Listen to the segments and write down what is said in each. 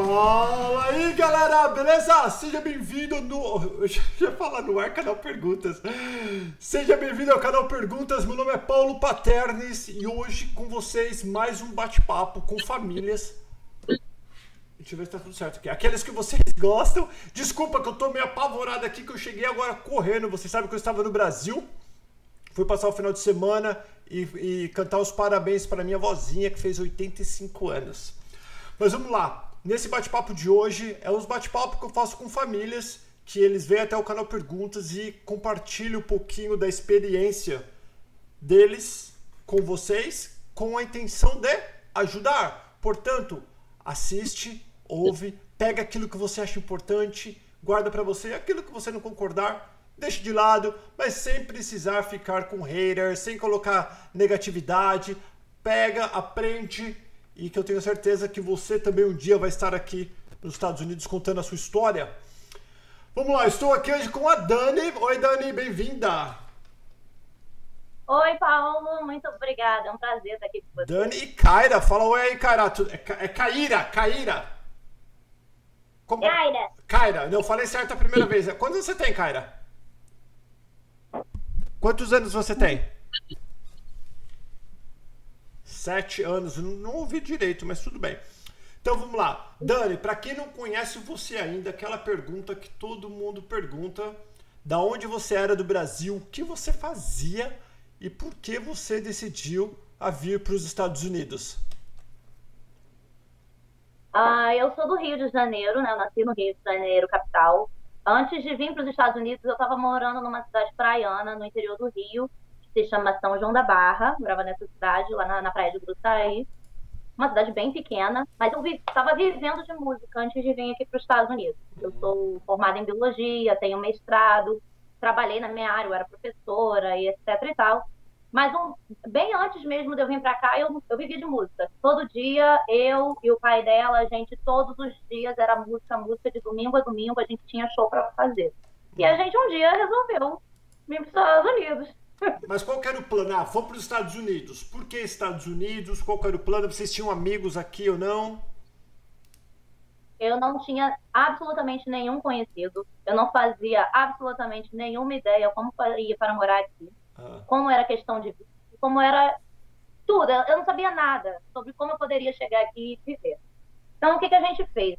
Fala aí, galera, beleza? Seja bem-vindo no... Eu já ia falar no ar, canal Perguntas. Seja bem-vindo ao canal Perguntas, meu nome é Paulo Paternes e hoje com vocês mais um bate-papo com famílias. Deixa eu ver se tá tudo certo aqui. Aqueles que vocês gostam. Desculpa que eu tô meio apavorado aqui, que eu cheguei agora correndo. Vocês sabem que eu estava no Brasil. Fui passar o final de semana e cantar os parabéns para minha vozinha que fez 85 anos. Mas vamos lá. Nesse bate-papo de hoje, é os bate-papos que eu faço com famílias, que eles vêm até o canal Perguntas e compartilham um pouquinho da experiência deles com vocês, com a intenção de ajudar. Portanto, assiste, ouve, pega aquilo que você acha importante, guarda pra você, aquilo que você não concordar, deixa de lado, mas sem precisar ficar com haters, sem colocar negatividade, pega, aprende, e que eu tenho certeza que você também um dia vai estar aqui nos Estados Unidos contando a sua história. Vamos lá, estou aqui hoje com a Dani. Oi, Dani, bem-vinda. Oi, Paulo, muito obrigada, é um prazer estar aqui com você. Dani e Kaira, fala oi aí, Kaira. É Kaira. Como? Kaira. Kaira, não, falei certo a primeira vez. Quantos você tem, Kaira? Quantos anos você tem? 7 anos, não ouvi direito, mas tudo bem. Então vamos lá. Dani, para quem não conhece você ainda, aquela pergunta que todo mundo pergunta, da onde você era do Brasil, o que você fazia e por que você decidiu a vir para os Estados Unidos? Eu sou do Rio de Janeiro, né? Eu nasci no Rio de Janeiro, capital. Antes de vir para os Estados Unidos, eu estava morando numa cidade praiana, no interior do Rio, que se chama São João da Barra. Morava nessa cidade, lá na praia de Gruçaí. Uma cidade bem pequena, mas eu estava vivendo de música antes de vir aqui para os Estados Unidos. Eu sou formada em biologia, tenho mestrado, trabalhei na minha área, eu era professora e etc e tal. Mas bem antes mesmo de eu vir para cá, eu vivia de música. Todo dia, eu e o pai dela, a gente, todos os dias era música, de domingo a domingo, a gente tinha show para fazer. E a gente um dia resolveu vir para os Estados Unidos. Mas qual que era o plano? Ah, vou para os Estados Unidos. Por que Estados Unidos? Qual que era o plano? Vocês tinham amigos aqui ou não? Eu não tinha absolutamente nenhum conhecido. Eu não fazia absolutamente nenhuma ideia como faria para morar aqui. Como era a questão de vida, como era tudo. Eu não sabia nada sobre como eu poderia chegar aqui e viver. Então, o que a gente fez?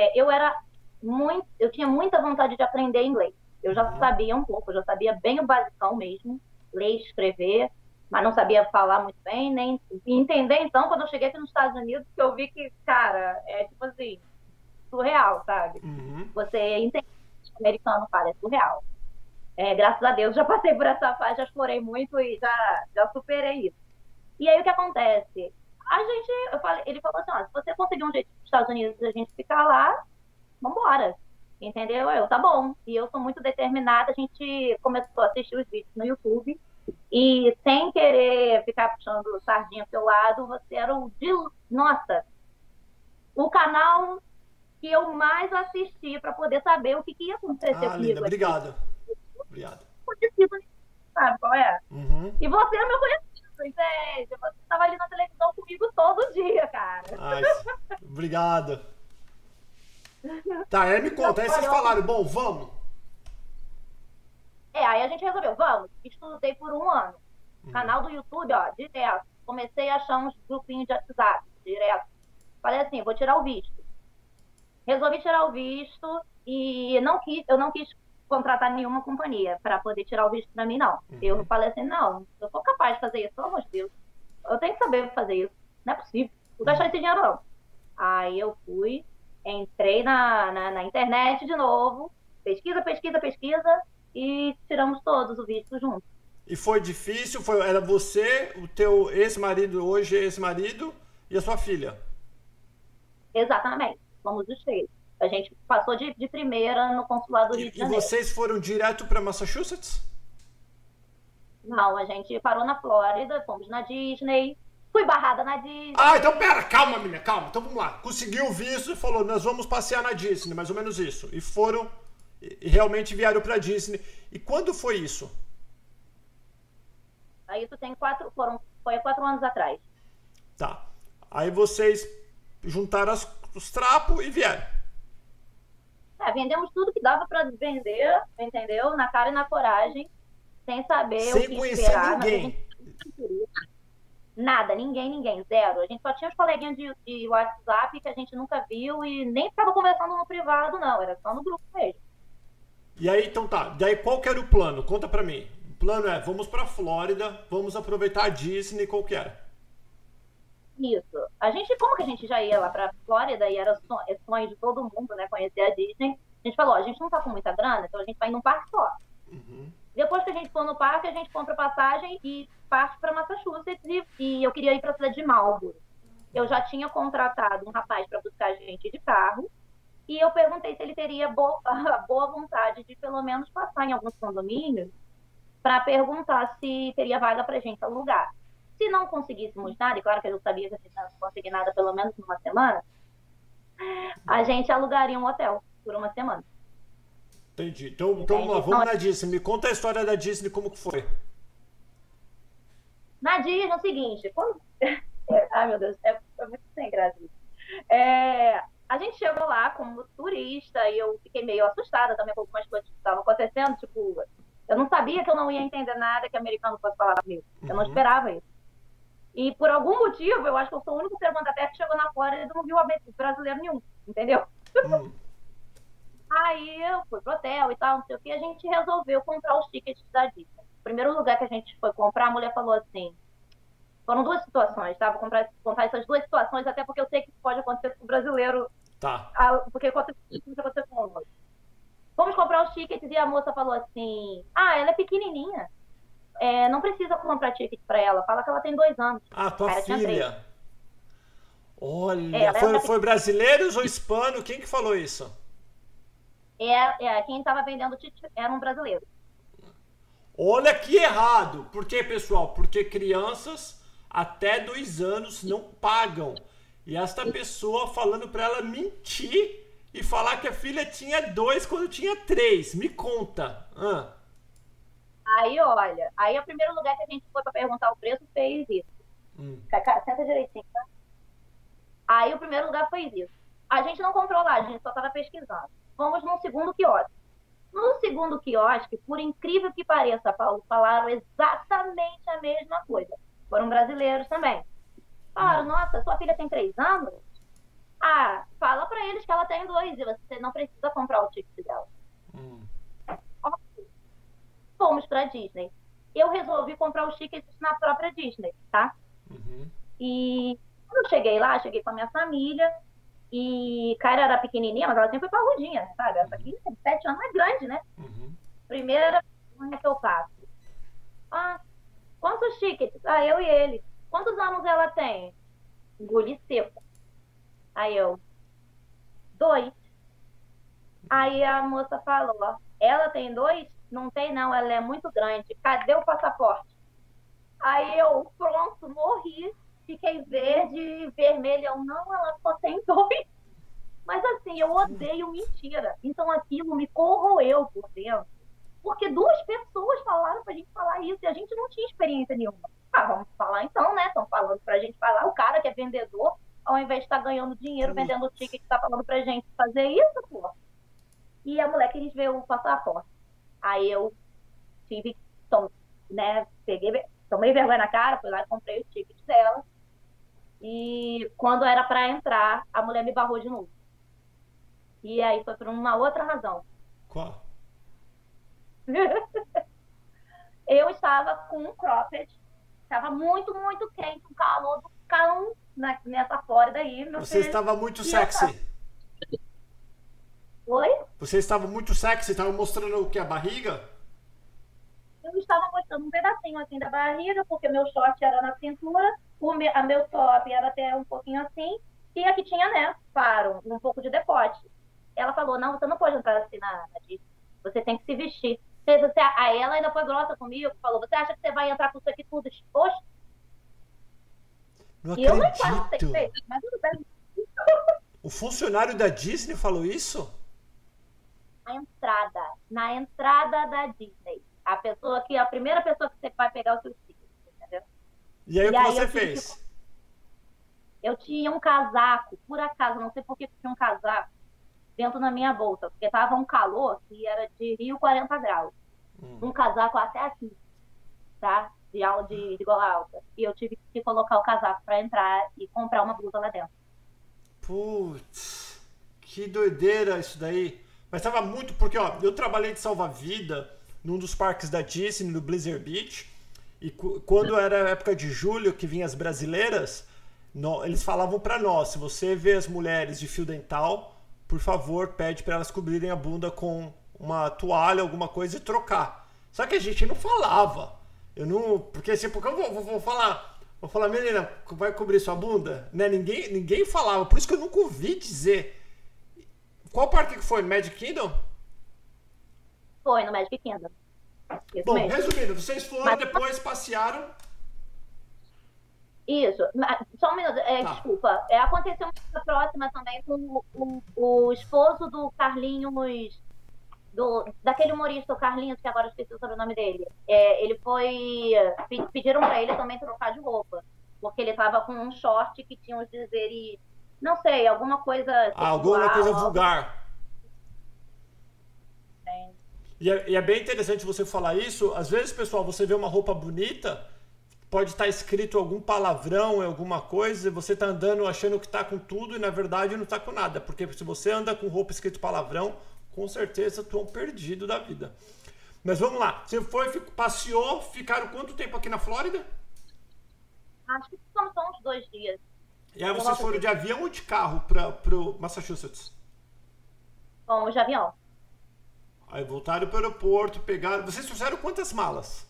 Eu tinha muita vontade de aprender inglês. Eu já sabia um pouco, eu já sabia bem o basicão mesmo, ler e escrever, mas não sabia falar muito bem, nem entender. Então, quando eu cheguei aqui nos Estados Unidos, que eu vi que, cara, é tipo assim, surreal, sabe? Você entende o que o americano fala, é surreal. Graças a Deus, já passei por essa fase, já explorei muito e já superei isso. E aí, o que acontece? Ele falou assim, ó, se você conseguir um jeito para os Estados Unidos a gente ficar lá, vambora. Entendeu? Tá bom. E eu sou muito determinada, a gente começou a assistir os vídeos no YouTube e sem querer ficar puxando sardinha ao seu lado, você era Nossa! O canal que eu mais assisti para poder saber o que ia acontecer comigo. Linda, obrigado. Obrigado. Sabe qual é? E você é meu conhecido, entende? Você estava ali na televisão comigo todo dia, cara. Ai, obrigado. Tá, aí me conta, aí vocês falaram, bom, vamos. Aí a gente resolveu, vamos. Estudei por 1 ano. Canal do YouTube, ó, direto. Comecei a achar uns grupinhos de WhatsApp, direto. Falei assim, vou tirar o visto. Resolvi tirar o visto e eu não quis contratar nenhuma companhia para poder tirar o visto para mim, não. Eu falei assim, não, eu sou capaz de fazer isso, pelo amor de Deus. Eu tenho que saber fazer isso. Não é possível. Vou gastar esse dinheiro, não. Aí eu fui, entrei na internet de novo, pesquisa, e tiramos todos o visto junto. E foi difícil? Era você, o teu ex-marido, hoje ex-marido, e a sua filha? Exatamente, fomos os 3. A gente passou de primeira no consulado do Rio de Janeiro. E vocês foram direto para Massachusetts? Não, a gente parou na Flórida, fomos na Disney, fui barrada na Disney. Ah, então pera, calma, menina, calma. Então vamos lá. Conseguiu o visto e falou, nós vamos passear na Disney, mais ou menos isso. E foram, e realmente vieram pra Disney. E quando foi isso? Aí isso foi há 4 anos atrás. Tá. Aí vocês juntaram os trapos e vieram. Vendemos tudo que dava para vender, entendeu? Na cara e na coragem, sem saber o Sem que conhecer esperar. ninguém. Nada, ninguém, zero. A gente só tinha os coleguinhas de WhatsApp que a gente nunca viu e nem ficava conversando no privado, não. Era só no grupo mesmo. E aí, então tá. Daí qual que era o plano? Conta pra mim. O plano é, vamos pra Flórida, vamos aproveitar a Disney, qual que era? Isso. Como que a gente já ia lá pra Flórida e era sonho de todo mundo, né? Conhecer a Disney. A gente falou, a gente não tá com muita grana, então a gente vai num parque só. Uhum. Depois que a gente for no parque, a gente compra passagem e parte para Massachusetts. E eu queria ir para a cidade de Marlboro. Eu já tinha contratado um rapaz para buscar a gente de carro. E eu perguntei se ele teria boa vontade de pelo menos passar em alguns condomínios para perguntar se teria vaga para a gente alugar. Se não conseguíssemos nada, e claro que eu sabia que a gente não ia conseguir nada pelo menos numa semana, a gente alugaria um hotel por uma semana. Entendi. Então vamos na Disney. Me conta a história da Disney, como que foi? Na Disney é o seguinte, ai meu Deus, é muito sem graça isso. A gente chegou lá como turista e eu fiquei meio assustada também com algumas coisas que estavam acontecendo, tipo, eu não sabia que eu não ia entender nada que americano fosse falar comigo. Eu não esperava isso. E por algum motivo, eu acho que eu sou o único ser humano da Terra que chegou na Flórida e não viu brasileiro nenhum, entendeu? Aí eu fui pro hotel e tal, não sei o que, a gente resolveu comprar os tickets da Disney. O primeiro lugar que a gente foi comprar, a mulher falou assim, foram duas situações, tá? Vou contar essas duas situações, até porque eu sei que isso pode acontecer com o brasileiro, tá? Porque aconteceu com o outro. Vamos comprar os tickets e a moça falou assim, ela é pequenininha, não precisa comprar ticket pra ela, fala que ela tem 2 anos. Tua filha. Olha, foi brasileiros ou hispano? Quem que falou isso? Quem estava vendendo ticket era um brasileiro. Olha que errado. Por quê, pessoal? Porque crianças até 2 anos não pagam. E esta pessoa falando para ela mentir e falar que a filha tinha 2 quando tinha 3. Me conta. Aí, olha, aí o primeiro lugar que a gente foi para perguntar o preço fez isso. Cara, senta direitinho, tá? Aí o primeiro lugar foi isso. A gente não comprou lá, a gente só estava pesquisando. Fomos num segundo quiosque. No segundo quiosque, por incrível que pareça, Paulo, falaram exatamente a mesma coisa. Foram brasileiros também. Falaram, nossa, sua filha tem 3 anos? Fala pra eles que ela tem 2 e você não precisa comprar o ticket dela. Fomos pra Disney. Eu resolvi comprar os tickets na própria Disney, tá? E quando eu cheguei lá, cheguei com a minha família. E Kyra era pequenininha, mas ela sempre foi parrudinha, sabe? Essa aqui tem 7 anos, é grande, né? Primeira coisa que eu faço. Quantos tickets? Eu e ele. Quantos anos ela tem? Engoli seco. Aí eu, 2. Aí a moça falou, ela tem 2? Não tem não, ela é muito grande. Cadê o passaporte? Aí eu, pronto, morri. Fiquei verde e vermelha. Eu, não, ela só tem 2. Mas assim, eu odeio mentira. Então aquilo me corroeu por dentro. Porque 2 pessoas falaram pra gente falar isso e a gente não tinha experiência nenhuma. Vamos falar então, né? Estão falando pra gente falar. O cara que é vendedor, ao invés de estar ganhando dinheiro vendendo o ticket, tá falando pra gente fazer isso, pô. E a mulher quis ver o passaporte. Aí eu tive, né? Tomei vergonha na cara, fui lá e comprei o ticket dela. E quando era para entrar, a mulher me barrou de novo. E aí foi por uma outra razão. Qual? Eu estava com um cropped, estava muito, muito quente, um calor do cão nessa Flórida aí. Você estava muito sexy. Oi? Você estava muito sexy, estava mostrando o que? A barriga? Eu estava mostrando um pedacinho assim da barriga, porque meu short era na cintura, meu top era até um pouquinho assim, e aqui tinha, né, um pouco de decote. Ela falou, não, você não pode entrar assim na Disney, você tem que se vestir. Aí ela ainda foi grossa comigo, falou, você acha que você vai entrar com isso aqui tudo exposto? Não e acredito. Eu não sei, mas tudo bem. O funcionário da Disney falou isso? Na entrada da Disney. A primeira pessoa que você vai pegar o seu ticket, entendeu? E aí o que você fez? Eu tinha um casaco, por acaso, não sei por que eu tinha um casaco dentro da minha bolsa, porque tava um calor que era de Rio 40 graus. Um casaco até aqui, tá? De aula de gola alta. E eu tive que colocar o casaco para entrar e comprar uma blusa lá dentro. Putz, que doideira isso daí. Mas tava muito, porque ó, eu trabalhei de salva-vida num dos parques da Disney, no Blizzard Beach, e quando era a época de julho, que vinha as brasileiras, eles falavam pra nós, se você vê as mulheres de fio dental, por favor, pede pra elas cobrirem a bunda com uma toalha, alguma coisa e trocar. Só que a gente não falava. Eu não, porque assim, porque eu vou falar, menina, vai cobrir sua bunda? Né? Ninguém falava, por isso que eu nunca ouvi dizer. Qual parque que foi? Magic Kingdom? Foi no Magic Kingdom. Isso Bom, mesmo. resumindo, vocês foram, Mas depois passearam. isso, só um minuto, Tá. desculpa. Aconteceu uma coisa próxima também com o esposo do Carlinhos, daquele humorista, o Carlinhos, que agora eu esqueci o sobrenome dele. Ele foi. Pediram pra ele também trocar de roupa. Porque ele tava com um short que tinha os dizeres. Não sei, alguma coisa sexual, Alguma coisa algo vulgar. assim. E é bem interessante você falar isso. Às vezes, pessoal, você vê uma roupa bonita, pode estar escrito algum palavrão em alguma coisa, e você está andando achando que está com tudo e na verdade não está com nada. Porque se você anda com roupa escrito palavrão, com certeza tu é um perdido da vida. Mas vamos lá. Você foi, passeou, ficaram quanto tempo aqui na Flórida? Acho que ficamos só uns 2 dias. E aí vocês foram de avião ou de carro para o Massachusetts? Fomos de avião. Aí voltaram para o aeroporto, pegaram... Vocês trouxeram quantas malas?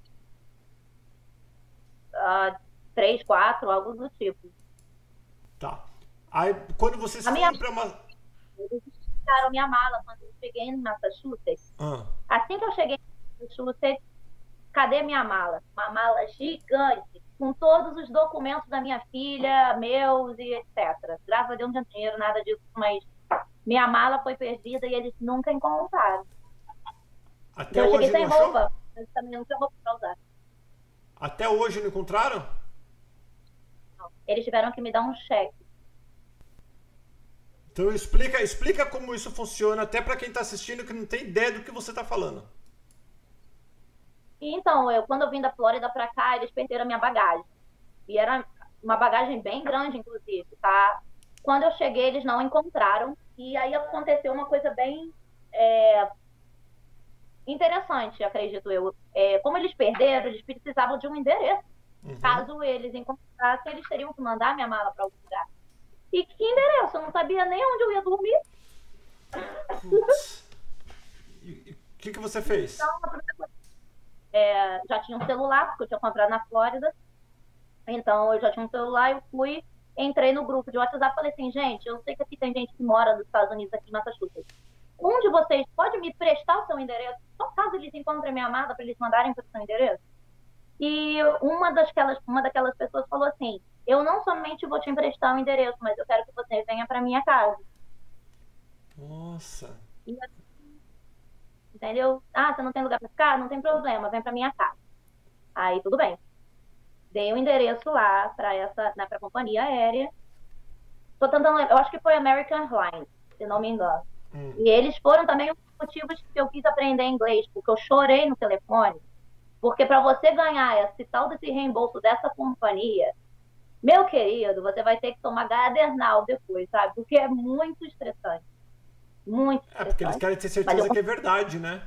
3, 4, algo do tipo. Tá. Aí quando vocês foram para uma... Eles tiraram minha mala quando eu cheguei em Massachusetts. Assim que eu cheguei em Massachusetts, cadê minha mala? Uma mala gigante, com todos os documentos da minha filha, meus e etc. Graças a Deus não tinha dinheiro, nada disso, mas minha mala foi perdida e eles nunca encontraram. Até Eu hoje cheguei sem não achou? roupa, mas também não tinha roupa pra usar. Até hoje não encontraram? Não. Eles tiveram que me dar um cheque. Então explica como isso funciona, até para quem está assistindo que não tem ideia do que você está falando. E então, quando eu vim da Flórida pra cá, eles perderam a minha bagagem. E era uma bagagem bem grande, inclusive, tá? Quando eu cheguei, eles não encontraram. E aí aconteceu uma coisa bem interessante, acredito eu. Como eles perderam, eles precisavam de um endereço. Caso eles encontrassem, eles teriam que mandar minha mala para algum lugar. E que endereço? Eu não sabia nem onde eu ia dormir. Putz. E o que você fez? Então, a primeira coisa, já tinha um celular, porque eu tinha comprado na Flórida. Então, eu já tinha um celular, eu fui, entrei no grupo de WhatsApp e falei assim, gente, eu sei que aqui tem gente que mora nos Estados Unidos, aqui em Massachusetts. Um de vocês pode me prestar o seu endereço? Só caso eles encontrem minha mala para eles mandarem para o seu endereço? E uma daquelas pessoas falou assim, eu não somente vou te emprestar o endereço, mas eu quero que você venha para minha casa. Nossa. E, entendeu? Ah, você não tem lugar para ficar? Não tem problema, vem para minha casa. Aí tudo bem. Dei o endereço lá para pra companhia aérea. Tô tentando lembrar, eu acho que foi American Airlines, se não me engano. E eles foram também um dos motivos que eu quis aprender inglês, porque eu chorei no telefone. Porque para você ganhar esse tal desse reembolso dessa companhia, meu querido, você vai ter que tomar Gadernal depois, sabe? Porque é muito estressante. Muito estressante. Porque eles querem ter certeza que é verdade, né?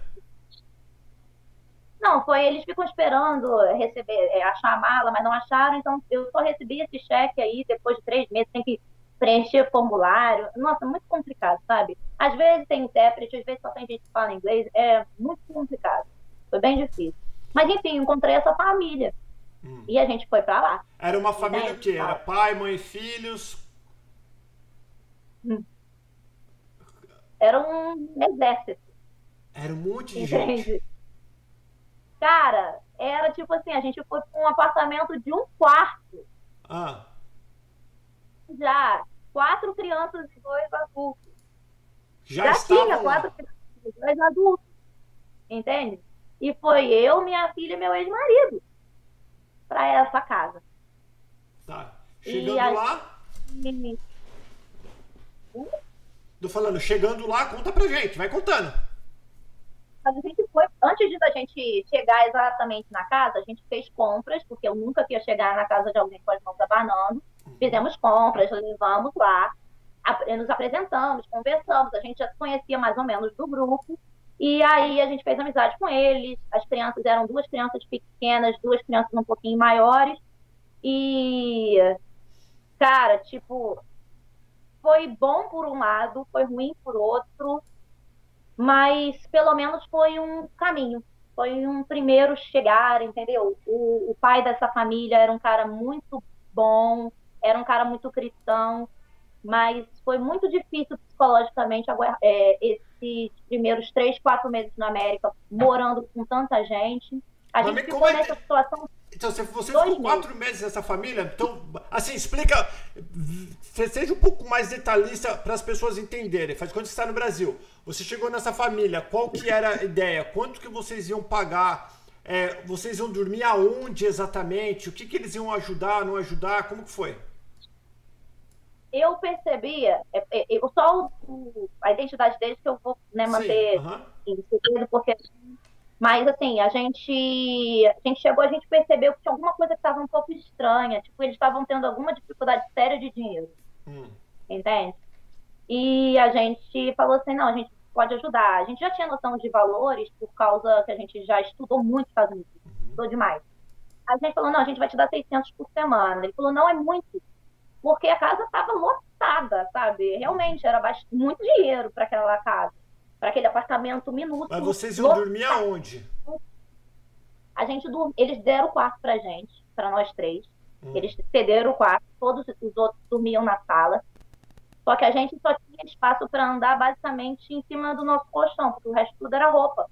Não, eles ficam esperando receber, achar a mala, mas não acharam, então eu só recebi esse cheque aí, depois de 3 meses, tem que preencher formulário. Nossa, muito complicado, sabe? Às vezes tem intérprete, às vezes só tem gente que fala inglês, é muito complicado. Foi bem difícil. Mas enfim, encontrei essa família. E a gente foi pra lá. Era uma família o quê? Era pai, mãe, filhos? Era um exército. Era um monte de Entende? gente. Cara, era tipo assim, a gente foi pra um apartamento de um quarto. Já 4 crianças e 2 adultos. Já tinha 4 crianças e 2 adultos. Entende? E foi eu, minha filha e meu ex-marido pra essa casa. Tá. Chegando lá... E- Tô falando, chegando lá, conta pra gente, vai contando. Mas a gente foi, antes de a gente chegar exatamente na casa, a gente fez compras, porque eu nunca ia chegar na casa de alguém com as mãos abanando. Fizemos compras, levamos lá, nos apresentamos, conversamos, a gente já se conhecia mais ou menos do grupo. E aí a gente fez amizade com eles. As crianças eram duas crianças pequenas, duas crianças um pouquinho maiores. E, cara, tipo, foi bom por um lado, foi ruim por outro, mas pelo menos foi um caminho. Foi um primeiro chegar, entendeu? O pai dessa família era um cara muito bom, era um cara muito cristão, mas foi muito difícil psicologicamente esses primeiros 3, 4 meses na América, morando com tanta gente. A Mas gente como ficou é nessa situação Então, você ficou 2 meses. 4 meses nessa família? Então, assim, explica, seja um pouco mais detalhista para as pessoas entenderem. Faz quando você está no Brasil, você chegou nessa família, qual que era a ideia? Quanto que vocês iam pagar? Vocês iam dormir aonde exatamente? O que que eles iam ajudar, não ajudar? Como que foi? Eu percebia, eu só a identidade deles que eu vou, né, Sim, manter aham. em segredo, porque mas assim, a gente chegou, a gente percebeu que tinha alguma coisa que estava um pouco estranha, tipo, eles estavam tendo alguma dificuldade séria de dinheiro, Hum. entende? E a gente falou assim, não, a gente pode ajudar. A gente já tinha noção de valores por causa que a gente já estudou muito nos Estados Unidos, estudou demais. A gente falou, não, a gente vai te dar 600 por semana. Ele falou, não, é muito, porque a casa estava lotada, sabe? Realmente, era muito dinheiro para aquela casa, para aquele apartamento Mas minúsculo, vocês iam dormir lotado. aonde? Eles deram o quarto pra gente, para nós três. Hum. Eles cederam o quarto, todos os outros dormiam na sala. Só que a gente só tinha espaço para andar basicamente em cima do nosso colchão, porque o resto tudo era roupa.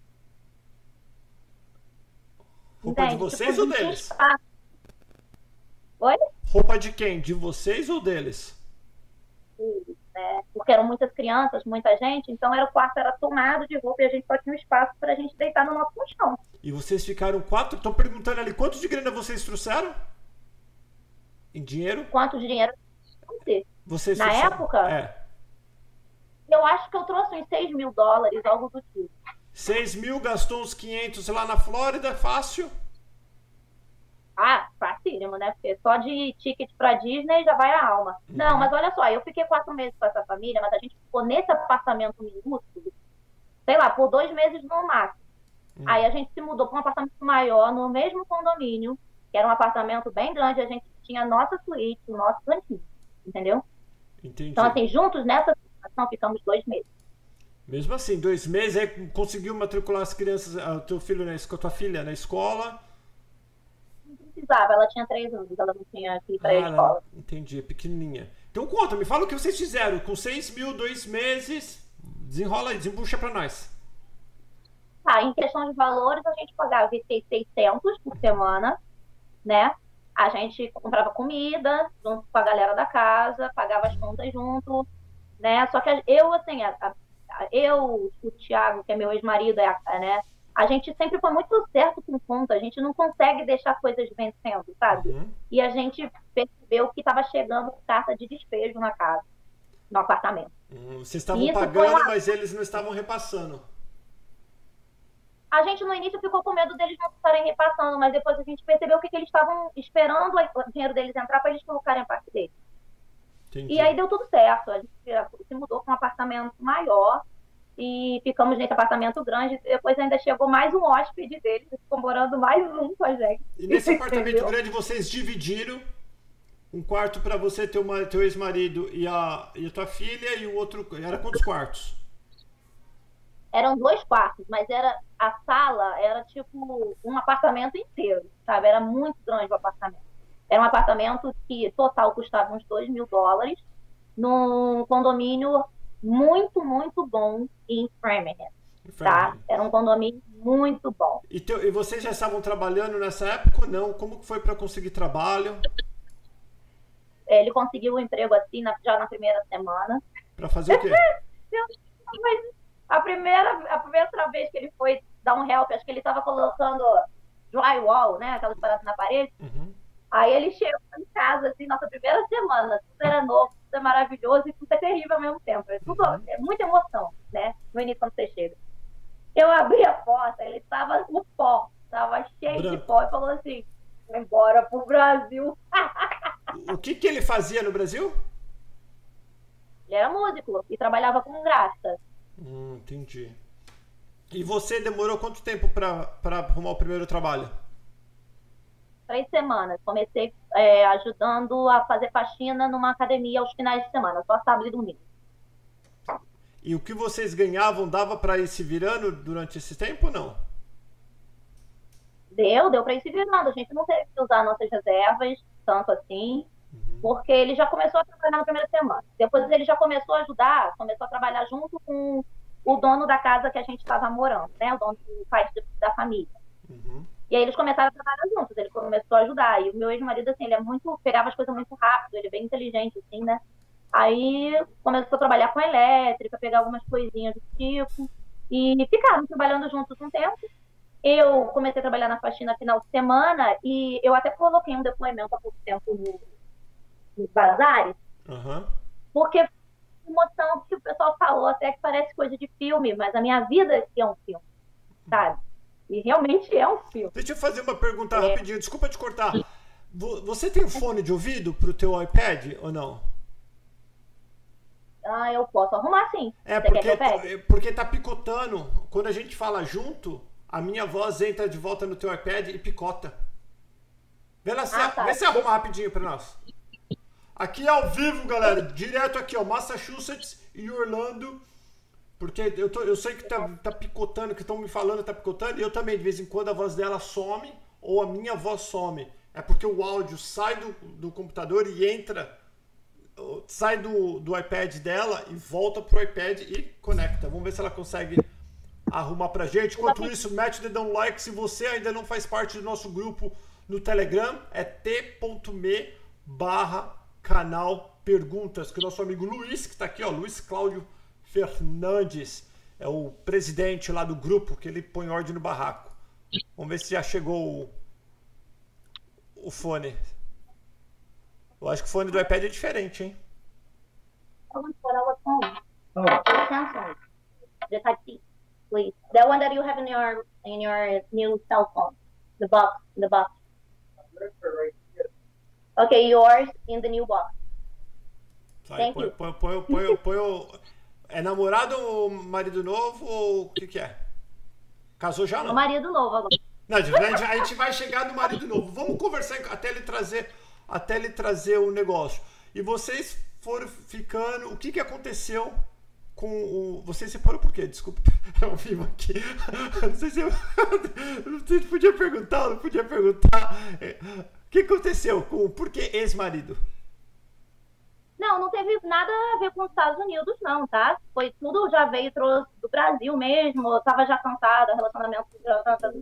Roupa de Entende? Tipo, vocês ou não tinha deles? espaço. Oi? Roupa de quem? De vocês ou deles? Né? Porque eram muitas crianças, muita gente, então o quarto era tomado de roupa e a gente só tinha um espaço para a gente deitar no nosso colchão. E vocês ficaram 4? Estão perguntando ali quanto de grana vocês trouxeram? Em dinheiro? Quanto de dinheiro eu ter. Vocês Na trouxeram? época, eu acho que eu trouxe uns US$ 6.000, algo do tipo. 6.000, gastou uns 500 lá na Flórida, fácil. Ah, facílimo, né? Porque só de ticket pra Disney já vai a alma. Não, mas olha só, eu fiquei 4 meses com essa família, mas a gente ficou nesse apartamento minúsculo, sei lá, por 2 meses no máximo. Aí a gente se mudou para um apartamento maior, no mesmo condomínio, que era um apartamento bem grande, a gente tinha a nossa suíte, o nosso cantinho, entendeu? Entendi. Então, assim, juntos nessa situação ficamos 2 meses. Mesmo assim, 2 meses, aí conseguiu matricular as crianças, teu filho com a tua filha na escola. Não precisava, ela tinha 3 anos, ela não tinha que ir para a escola. Entendi, pequenininha. Então conta, me fala o que vocês fizeram com 6.000, 2 meses. Desenrola aí, desembucha pra nós. Tá, em questão de valores, a gente pagava 600 por semana, né? A gente comprava comida junto com a galera da casa, pagava as contas junto, né? Só que eu, assim, eu, o Thiago, que é meu ex-marido, né? A gente sempre foi muito certo com conta, a gente não consegue deixar coisas vencendo, sabe? Uhum. E a gente percebeu que estava chegando carta de despejo na casa, no apartamento. Vocês estavam Isso pagando, mas eles não estavam repassando. A gente no início ficou com medo deles não estarem repassando, mas depois a gente percebeu que eles estavam esperando o dinheiro deles entrar para eles colocarem a parte deles. Entendi. E aí deu tudo certo. A gente se mudou para um apartamento maior e ficamos nesse apartamento grande. Depois ainda chegou mais um hóspede deles, ficou morando mais um com a gente. E nesse apartamento Entendeu? grande vocês dividiram um quarto para você, teu ex-marido e a tua filha, e o outro. Era quantos quartos? Eram 2 quartos, mas a sala era tipo um apartamento inteiro, sabe? Era muito grande o apartamento. Era um apartamento que total custava uns $2.000, num condomínio muito, muito bom em Framingham, tá? Era um condomínio muito bom. E vocês já estavam trabalhando nessa época ou não? Como que foi para conseguir trabalho? Ele conseguiu um emprego assim já na primeira semana. Para fazer o quê? Mas a primeira vez que ele foi dar um help, acho que ele estava colocando drywall, né? Aquelas paradas na parede. Uhum. Aí ele chegou em casa, assim, nossa primeira semana, tudo era novo, tudo é maravilhoso e tudo é terrível ao mesmo tempo. É muita emoção, né? No início quando você chega. Eu abri a porta, ele estava no pó, estava cheio de Branco. pó e falou assim: "Vai embora pro Brasil." O que que ele fazia no Brasil? Ele era músico e trabalhava com graça. Entendi. E você demorou quanto tempo para arrumar o primeiro trabalho? 3 semanas. Comecei ajudando a fazer faxina numa academia aos finais de semana, só sábado e domingo. E o que vocês ganhavam dava para ir se virando durante esse tempo ou não? Deu para ir se virando. A gente não teve que usar nossas reservas, tanto assim, porque ele já começou a trabalhar na primeira semana. Depois ele já começou a ajudar, começou a trabalhar junto com o dono da casa que a gente estava morando, né? O dono do pai da família. Uhum. E aí eles começaram a trabalhar juntos, ele começou a ajudar. E o meu ex-marido, assim, ele é muito, pegava as coisas muito rápido, ele é bem inteligente, assim, né? Aí começou a trabalhar com elétrica, pegar algumas coisinhas do tipo. E ficaram trabalhando juntos um tempo. Eu comecei a trabalhar na faxina final de semana e eu até coloquei um depoimento há pouco tempo nos bazares, Uhum. porque emoção que o pessoal falou, até que parece coisa de filme, mas a minha vida aqui é um filme, sabe? E realmente é um filme. Deixa eu fazer uma pergunta rapidinho, desculpa te cortar. Você tem um fone de ouvido pro teu iPad ou não? Ah, eu posso arrumar sim. É, Você quer que eu pegue? porque tá picotando. Quando a gente fala junto, a minha voz entra de volta no teu iPad e picota. Vê, lá, Tá. vê se arruma rapidinho pra nós. Aqui ao vivo, galera. Direto aqui, ó. Massachusetts e Orlando. Porque eu sei que tá picotando, que estão me falando tá picotando. E eu também, de vez em quando, a voz dela some ou a minha voz some. É porque o áudio sai do computador e entra... Sai do iPad dela e volta pro iPad e conecta. Vamos ver se ela consegue arrumar pra gente. Enquanto isso, mete o dedão no like. Se você ainda não faz parte do nosso grupo no Telegram, é t.me/canal Perguntas, que o nosso amigo Luiz, que tá aqui, ó, Luiz Cláudio Fernandes, é o presidente lá do grupo, que ele põe ordem no barraco. Vamos ver se já chegou o fone. Eu acho que o fone do iPad é diferente, hein? Samsung. The Type C, please. The one that you have in your new cell phone. The box. Okay, yours in the new box. Sai, Thank you. põe o... É namorado ou marido novo ou o que é? Casou já, Meu não? marido novo agora. Não, a gente vai chegar no marido novo. Vamos conversar até ele trazer o negócio. E vocês foram ficando... O que aconteceu com o... Vocês separam por quê? Desculpa, eu vivo aqui. Não sei se eu... Não sei se podia perguntar ou não podia perguntar. O que aconteceu com o porquê ex-marido? Não teve nada a ver com os Estados Unidos, não, tá? Foi tudo, já veio, trouxe do Brasil mesmo. Eu tava já cansada, relacionamento já tava...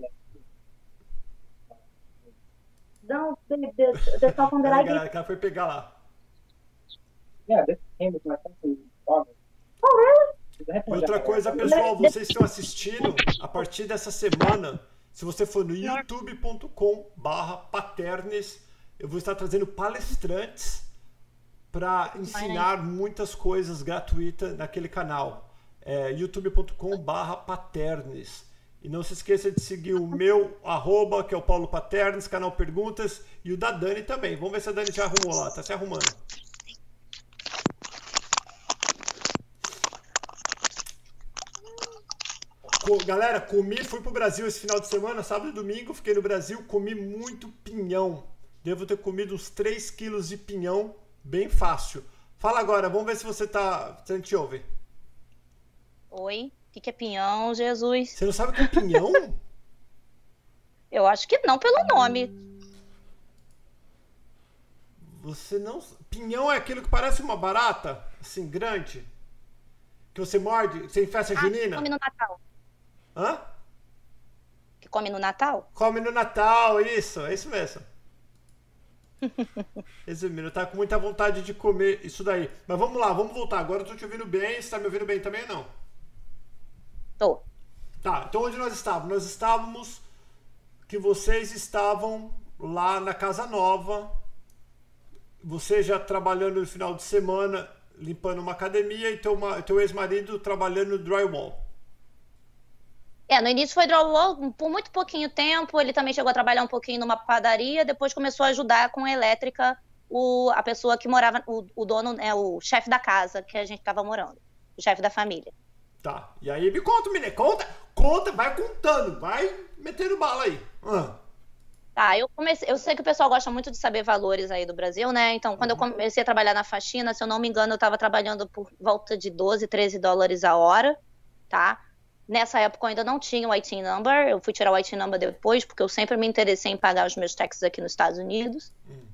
Não, the cell phone that I gave. Ela foi pegar lá. Yeah, this came with my country. Oh, really? Outra coisa, pessoal, vocês estão assistindo a partir dessa semana. Se você for no youtube.com/paternes, eu vou estar trazendo palestrantes para ensinar muitas coisas gratuitas naquele canal. É youtube.com/paternes. E não se esqueça de seguir o meu @, que é o Paulo Paternes, canal Perguntas, e o da Dani também. Vamos ver se a Dani já arrumou lá, tá se arrumando. Galera, fui pro Brasil esse final de semana, sábado e domingo, fiquei no Brasil, comi muito pinhão. Devo ter comido uns 3 quilos de pinhão, bem fácil. Fala agora, vamos ver se você te ouve. Oi, o que é pinhão, Jesus? Você não sabe o que é pinhão? Eu acho que não pelo nome. Você não... Pinhão é aquilo que parece uma barata, assim, grande? Que você morde, você em festa junina? Come no Natal. Hã? Que come no Natal? Come no Natal, isso, é isso mesmo. Resumindo, tá com muita vontade de comer isso daí. Mas vamos lá, vamos voltar. Agora eu tô te ouvindo bem. Você tá me ouvindo bem também ou não? Tô. Tá, então onde nós estávamos? Nós estávamos que vocês estavam lá na casa nova, você já trabalhando no final de semana, limpando uma academia, e teu ex-marido trabalhando no drywall. No início foi drywall por muito pouquinho tempo, ele também chegou a trabalhar um pouquinho numa padaria, depois começou a ajudar com a elétrica a pessoa que morava, o dono, o chefe da casa que a gente estava morando, o chefe da família. Tá, e aí me conta, menina, conta, vai contando, vai metendo bala aí. Tá, eu sei que o pessoal gosta muito de saber valores aí do Brasil, né? Então, quando eu comecei a trabalhar na faxina, se eu não me engano, eu estava trabalhando por volta de 12, 13 dólares a hora, tá? Nessa época eu ainda não tinha o IT number, eu fui tirar o IT number depois, porque eu sempre me interessei em pagar os meus taxas aqui nos Estados Unidos.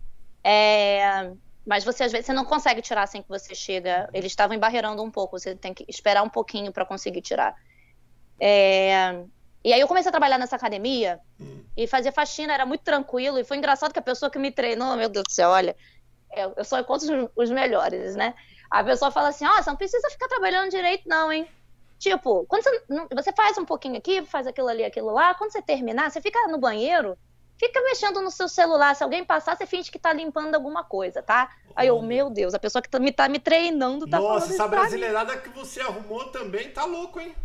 Mas você, às vezes, você não consegue tirar assim que você chega. Eles estavam embarreirando um pouco, você tem que esperar um pouquinho para conseguir tirar. E aí eu comecei a trabalhar nessa academia e fazer faxina, era muito tranquilo, e foi engraçado que a pessoa que me treinou, meu Deus do céu, olha, eu só encontro os melhores, né? A pessoa fala assim, você não precisa ficar trabalhando direito não, hein? Tipo, quando você faz um pouquinho aqui, faz aquilo ali, aquilo lá, quando você terminar, você fica no banheiro, fica mexendo no seu celular, se alguém passar, você finge que tá limpando alguma coisa, tá? Aí eu, meu Deus, a pessoa que tá me treinando tá falando isso. Nossa, essa brasileirada que você arrumou também tá louco, hein?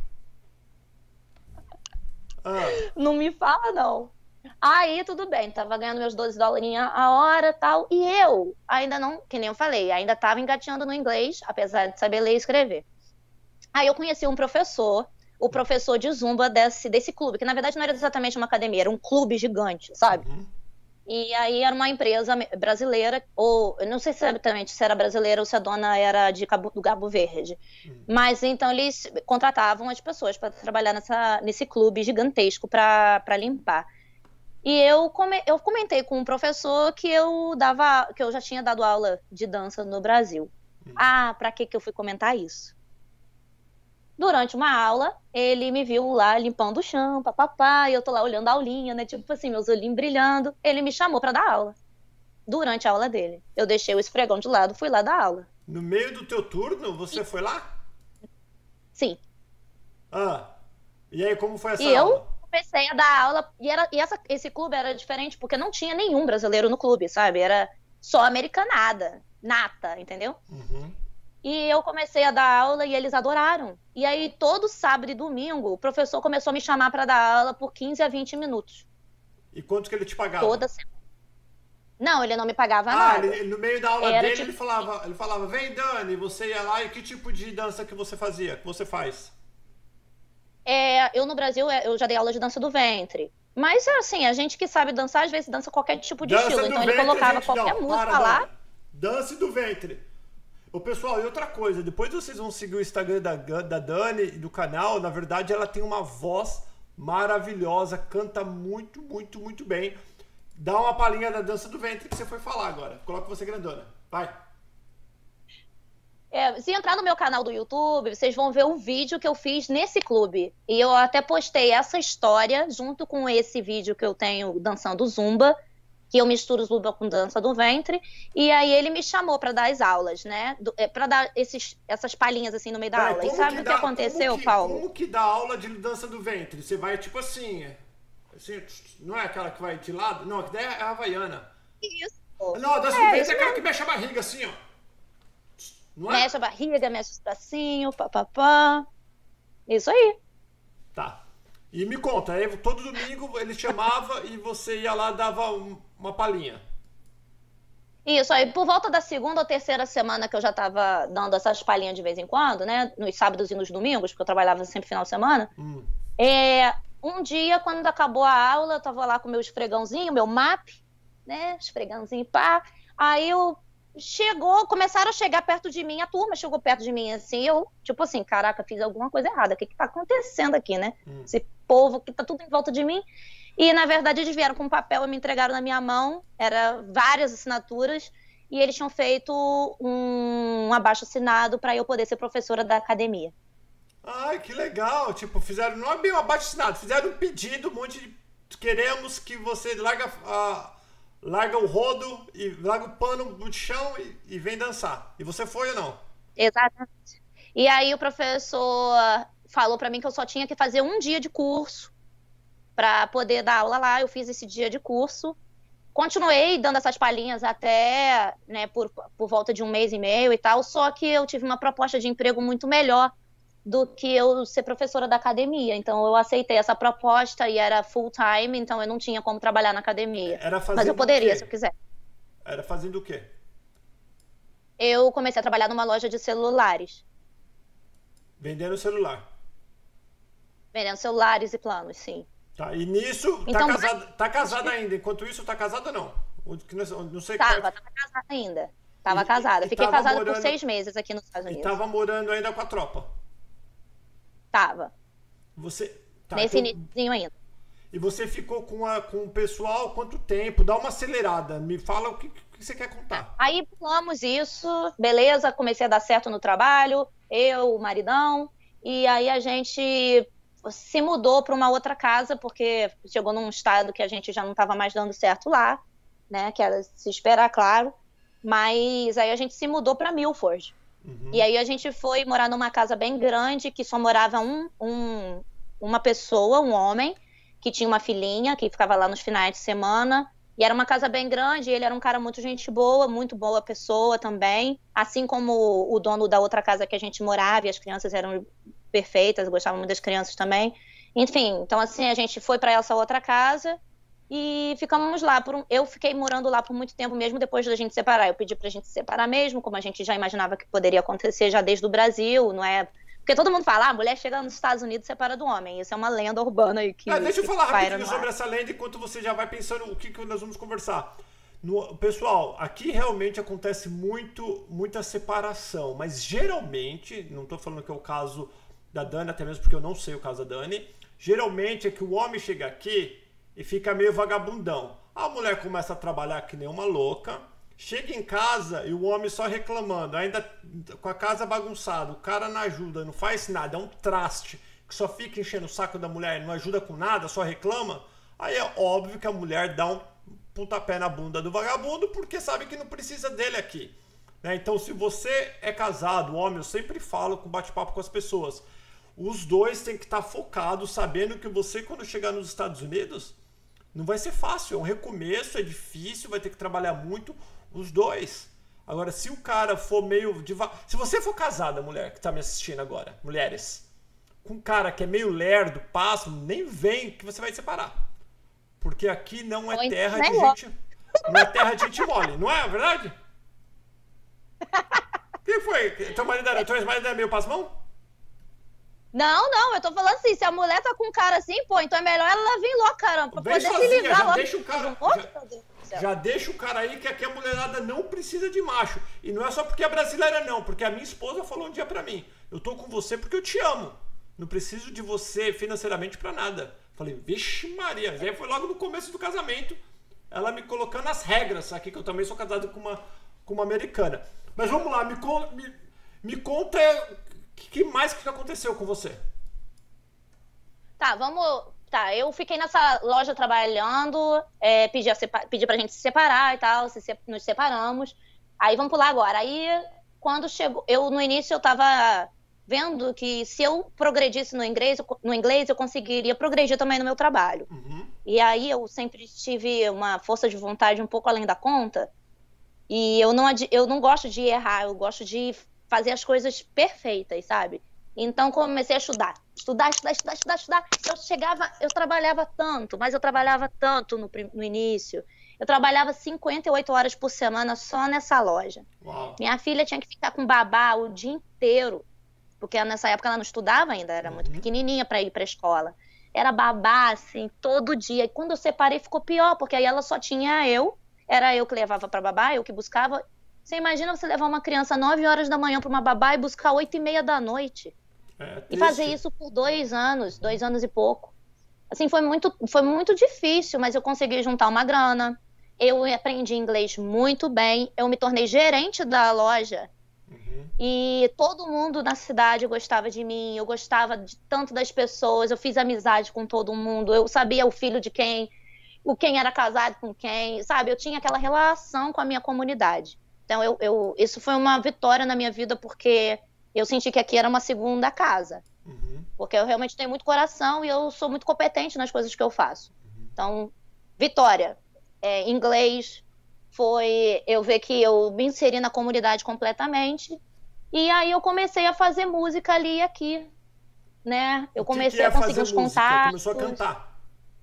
Não me fala, não. Aí, tudo bem, tava ganhando meus 12 dólarinhos a hora e tal, e eu ainda não, que nem eu falei, ainda tava engateando no inglês, apesar de saber ler e escrever. Aí eu conheci um professor, o professor de Zumba desse clube, que na verdade não era exatamente uma academia, era um clube gigante, sabe? E aí era uma empresa brasileira, ou eu não sei exatamente se era brasileira ou se a dona era do Cabo Verde. Mas então eles contratavam as pessoas para trabalhar nesse clube gigantesco para limpar. E eu comentei com um professor que eu já tinha dado aula de dança no Brasil. Para que eu fui comentar isso? Durante uma aula, ele me viu lá limpando o chão, papapá, e eu tô lá olhando a aulinha, né? Tipo assim, meus olhinhos brilhando. Ele me chamou pra dar aula. Durante a aula dele. Eu deixei o esfregão de lado, fui lá dar aula. No meio do teu turno, você foi lá? Sim. E aí, como foi essa aula? E eu comecei a dar aula, esse clube era diferente, porque não tinha nenhum brasileiro no clube, sabe? Era só americanada, nata, entendeu? E eu comecei a dar aula e eles adoraram. E aí, todo sábado e domingo, o professor começou a me chamar para dar aula por 15 a 20 minutos. E quanto que ele te pagava? Toda semana. Não, ele não me pagava nada. No meio da aula dele, ele falava, vem, Dani, você ia lá, e que tipo de dança que você fazia, que você faz? Eu no Brasil, eu já dei aula de dança do ventre. Mas, assim, a gente que sabe dançar, às vezes dança qualquer tipo de estilo. Então, ele colocava qualquer música lá. Dança do ventre. Ô, pessoal, e outra coisa, depois vocês vão seguir o Instagram da Dani e do canal. Na verdade, ela tem uma voz maravilhosa, canta muito, muito, muito bem. Dá uma palhinha da dança do ventre que você foi falar agora. Coloca você grandona. Vai. Se entrar no meu canal do YouTube, vocês vão ver um vídeo que eu fiz nesse clube. E eu até postei essa história junto com esse vídeo que eu tenho dançando Zumba, que eu misturo Zumba com dança do ventre, e aí ele me chamou para dar as aulas, né? Para dar essas palhinhas assim no meio da aula. E sabe o que aconteceu, Paulo? Como que dá aula de dança do ventre? Você vai tipo assim, não é aquela que vai de lado? Não, que daí é a havaiana. Isso. Não, a dança do ventre é aquela que mexe a barriga assim, ó. Não é? Mexe a barriga, mexe os bracinhos, papapá. Isso aí. Tá. E me conta, aí todo domingo ele chamava e você ia lá e dava uma palhinha. Isso, aí por volta da segunda ou terceira semana que eu já tava dando essas palhinhas de vez em quando, né? Nos sábados e nos domingos, porque eu trabalhava sempre final de semana. Um dia, quando acabou a aula, eu tava lá com o meu esfregãozinho, meu MAP, né? Esfregãozinho, pá. Aí começaram a chegar perto de mim, a turma chegou perto de mim assim, eu, tipo assim, caraca, fiz alguma coisa errada, o que tá acontecendo aqui, né? Esse povo que tá tudo em volta de mim. E, na verdade, eles vieram com um papel e me entregaram na minha mão, era várias assinaturas, e eles tinham feito um abaixo-assinado para eu poder ser professora da academia. Ai, que legal, tipo, fizeram, não é bem um abaixo-assinado, fizeram um pedido, um monte de, queremos que você larga o rodo e larga o pano no chão e vem dançar. E você foi ou não? Exatamente. E aí o professor falou para mim que eu só tinha que fazer um dia de curso para poder dar aula lá. Eu fiz esse dia de curso. continuei dando essas palhinhas até, né, por volta de 1 mês e meio e tal, só que eu tive uma proposta de emprego muito melhor do que eu ser professora da academia. Então, eu aceitei essa proposta e era full time, então eu não tinha como trabalhar na academia. Mas eu poderia, se eu quiser. Era fazendo o quê? Eu comecei a trabalhar numa loja de celulares. Vendendo celular. Vendendo celulares e planos, sim. Tá, e nisso, Então, tá casada ainda. Enquanto isso, tá casada não? Não sei Tava casada ainda. Tava casada. Fiquei casada por 6 meses aqui nos Estados Unidos. E tava morando ainda com a tropa? Tava. Nesse iníciozinho ainda. E você ficou com o pessoal quanto tempo? Dá uma acelerada. Me fala o que você quer contar. Aí pulamos isso, beleza, comecei a dar certo no trabalho, eu, o maridão, e aí a gente se mudou para uma outra casa, porque chegou num estado que a gente já não estava mais dando certo lá, né, que era se esperar, claro, mas aí a gente se mudou para Milford. E aí a gente foi morar numa casa bem grande, que só morava uma pessoa, um homem, que tinha uma filhinha, que ficava lá nos finais de semana, e era uma casa bem grande, ele era um cara muito gente boa, muito boa pessoa também, assim como o dono da outra casa que a gente morava, e as crianças eram perfeitas, gostavam muito das crianças também. Enfim, então assim, a gente foi para essa outra casa e ficamos lá. Eu fiquei morando lá por muito tempo, mesmo depois da gente separar. Eu pedi pra gente se separar mesmo, como a gente já imaginava que poderia acontecer já desde o Brasil, não é? Porque todo mundo fala, a mulher chega nos Estados Unidos e separa do homem. Isso é uma lenda urbana aí que... Deixa eu falar rapidinho sobre essa lenda, enquanto você já vai pensando o que nós vamos conversar. Pessoal, aqui realmente acontece muita separação, mas geralmente, não tô falando que é o caso da Dani, até mesmo porque eu não sei o caso da Dani, geralmente é que o homem chega aqui e fica meio vagabundão. A mulher começa a trabalhar que nem uma louca, chega em casa e o homem só reclamando, ainda com a casa bagunçada, o cara não ajuda, não faz nada, é um traste, que só fica enchendo o saco da mulher, não ajuda com nada, só reclama. Aí é óbvio que a mulher dá um pontapé na bunda do vagabundo, porque sabe que não precisa dele aqui. Né? Então, se você é casado, homem, eu sempre falo com bate-papo com as pessoas, os dois têm que estar focados, sabendo que você, quando chegar nos Estados Unidos, não vai ser fácil, é um recomeço, é difícil, vai ter que trabalhar muito, os dois. Agora, se o cara for meio devagar... Se você for casada, mulher, que tá me assistindo agora, mulheres, com um cara que é meio lerdo, passo, nem vem que você vai separar. Porque aqui não é terra de gente... Não é terra de gente mole, não é verdade? O que foi? Teu marido é meio pasmão? Não, eu tô falando assim, se a mulher tá com um cara assim, pô, então é melhor ela vir logo, caramba, pra poder sozinha, se livrar já logo. Deixa o cara, já deixa o cara aí que aqui a mulherada não precisa de macho. E não é só porque é brasileira não, porque a minha esposa falou um dia pra mim, eu tô com você porque eu te amo, não preciso de você financeiramente pra nada. Falei, vixe Maria, aí foi logo no começo do casamento, ela me colocando as regras aqui, que eu também sou casado com uma americana. Mas vamos lá, me conta o que mais que aconteceu com você? Tá, eu fiquei nessa loja trabalhando, pedi pra gente se separar e tal, nos separamos. Aí vamos pular agora. Aí, quando chegou, no início eu tava vendo que se eu progredisse no inglês, eu conseguiria progredir também no meu trabalho. E aí eu sempre tive uma força de vontade um pouco além da conta, e eu não gosto de errar, eu gosto de fazer as coisas perfeitas, sabe? Então comecei a estudar. Eu trabalhava tanto, mas eu trabalhava tanto no início. Eu trabalhava 58 horas por semana só nessa loja. Uau. Minha filha tinha que ficar com babá o dia inteiro, porque nessa época ela não estudava ainda, era muito pequenininha para ir para a escola. Era babá, assim, todo dia. E quando eu separei ficou pior, porque aí ela só tinha era eu que levava para babá, eu que buscava. Você imagina você levar uma criança 9 horas da manhã para uma babá e buscar 8h30 da noite. E fazer isso por 2 anos e pouco. Assim, foi muito difícil, mas eu consegui juntar uma grana. Eu aprendi inglês muito bem. Eu me tornei gerente da loja. E todo mundo na cidade gostava de mim. Eu gostava tanto das pessoas. Eu fiz amizade com todo mundo. Eu sabia o filho de quem era casado com quem, sabe? Eu tinha aquela relação com a minha comunidade. Então, isso foi uma vitória na minha vida, porque eu senti que aqui era uma segunda casa. Porque eu realmente tenho muito coração e eu sou muito competente nas coisas que eu faço. Então, vitória. inglês, foi eu ver que eu me inseri na comunidade completamente. E aí eu comecei a fazer música ali e aqui, né? Eu comecei a conseguir uns contatos. Começou a cantar.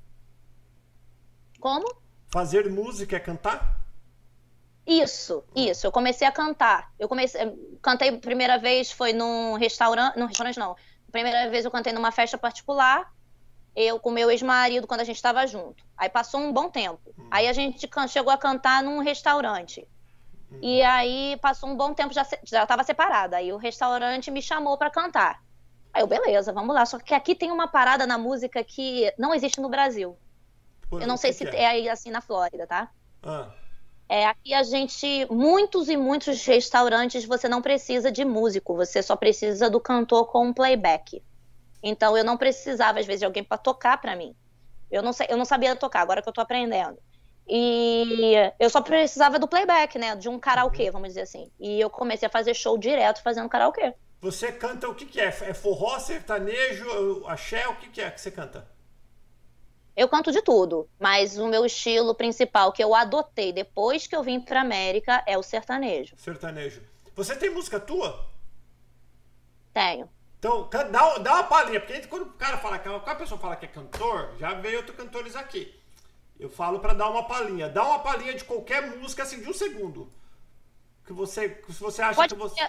Como? Fazer música é cantar? Isso. Eu comecei a cantar. Cantei a primeira vez foi num restaurante não. A primeira vez eu cantei numa festa particular, eu com meu ex-marido quando a gente estava junto. Aí passou um bom tempo. Aí a gente chegou a cantar num restaurante. E aí passou um bom tempo, já estava separada. Aí o restaurante me chamou para cantar. Aí eu, beleza, vamos lá. Só que aqui tem uma parada na música que não existe no Brasil. Eu não sei se é aí assim na Flórida, tá? Aqui muitos e muitos restaurantes você não precisa de músico, você só precisa do cantor com playback. Então eu não precisava, às vezes, de alguém para tocar para mim. Eu não sabia tocar, agora que eu tô aprendendo. E eu só precisava do playback, né? De um karaokê, vamos dizer assim. E eu comecei a fazer show direto fazendo karaokê. Você canta o que é? É forró, sertanejo, axé? O que é que você canta? Eu canto de tudo, mas o meu estilo principal que eu adotei depois que eu vim pra América é o sertanejo. Sertanejo. Você tem música tua? Tenho. Então, dá uma palhinha, porque quando o cara fala, quando a pessoa fala que é cantor, já veio outros cantores aqui. Eu falo pra dar uma palhinha. Dá uma palhinha de qualquer música, assim, de um segundo. Se você acha que você...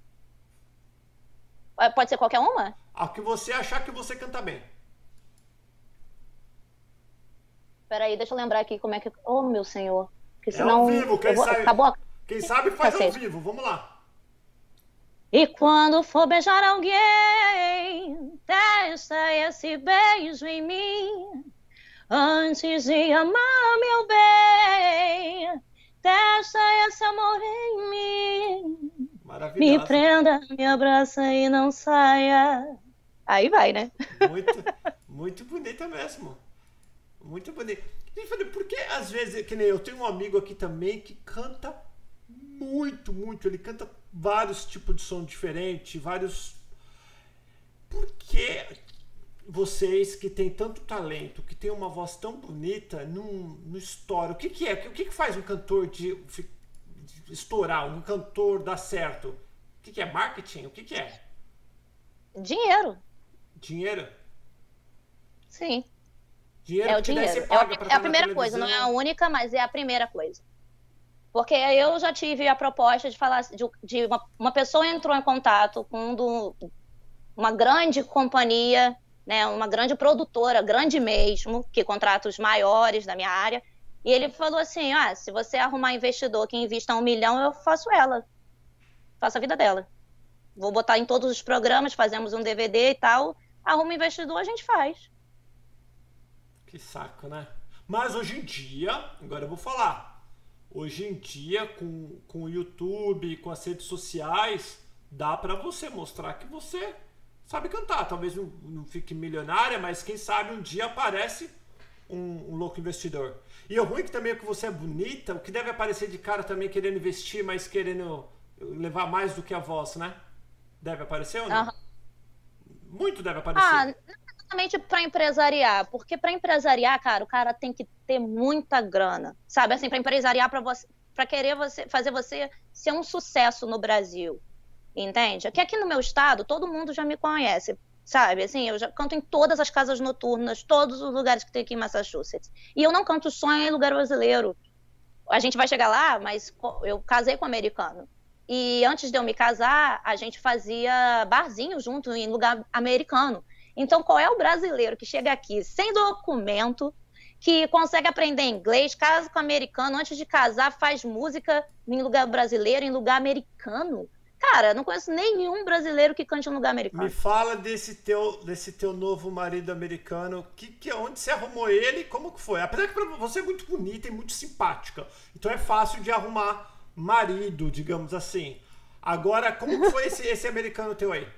Pode ser qualquer uma? A que você achar que você canta bem. Peraí, deixa eu lembrar aqui como é que... Oh, meu senhor. Porque senão... ao vivo, Acabou? Quem sabe faz ao vivo, vamos lá. E quando for beijar alguém, testa esse beijo em mim. Antes de amar, meu bem, testa esse amor em mim. Maravilhoso. Me prenda, me abraça e não saia. Aí vai, né? Muito bonita mesmo. Muito bonito. E falei, por que às vezes, que nem eu tenho um amigo aqui também que canta muito. Ele canta vários tipos de som diferentes, vários... Por que vocês que têm tanto talento, que têm uma voz tão bonita, não estouram? O que é? O que faz um cantor de estourar, um cantor dar certo? O que é? Marketing? O que é? Dinheiro. Dinheiro? Sim. Dinheiro é o dinheiro. É a primeira coisa, não é a única, mas é a primeira coisa. Porque eu já tive a proposta de falar de uma pessoa entrou em contato com uma grande companhia, né, uma grande produtora, grande mesmo, que contrata os maiores da minha área, e ele falou assim, se você arrumar investidor que invista 1 milhão, eu faço a vida dela. Vou botar em todos os programas, fazemos um DVD e tal, arruma investidor, a gente faz. Que saco, né? Mas hoje em dia, agora eu vou falar, hoje em dia com o YouTube, com as redes sociais, dá pra você mostrar que você sabe cantar. Talvez não fique milionária, mas quem sabe um dia aparece um louco investidor. E o ruim que também é que você é bonita, o que deve aparecer de cara também querendo investir, mas querendo levar mais do que a voz, né? Deve aparecer ou não? Muito deve aparecer. Exatamente para empresariar, porque para empresariar, cara, o cara tem que ter muita grana, sabe? Assim, para empresariar, para querer fazer você ser um sucesso no Brasil, entende? Aqui no meu estado, todo mundo já me conhece, sabe? Assim, eu já canto em todas as casas noturnas, todos os lugares que tem aqui em Massachusetts. E eu não canto só em lugar brasileiro. A gente vai chegar lá, mas eu casei com um americano. E antes de eu me casar, a gente fazia barzinho junto em lugar americano. Então, qual é o brasileiro que chega aqui sem documento, que consegue aprender inglês, casa com americano, antes de casar faz música em lugar brasileiro, em lugar americano? Cara, não conheço nenhum brasileiro que cante em lugar americano. Me fala desse teu novo marido americano, onde você arrumou ele, como que foi? Apesar que você é muito bonita e muito simpática, então é fácil de arrumar marido, digamos assim. Agora, como que foi esse americano teu aí?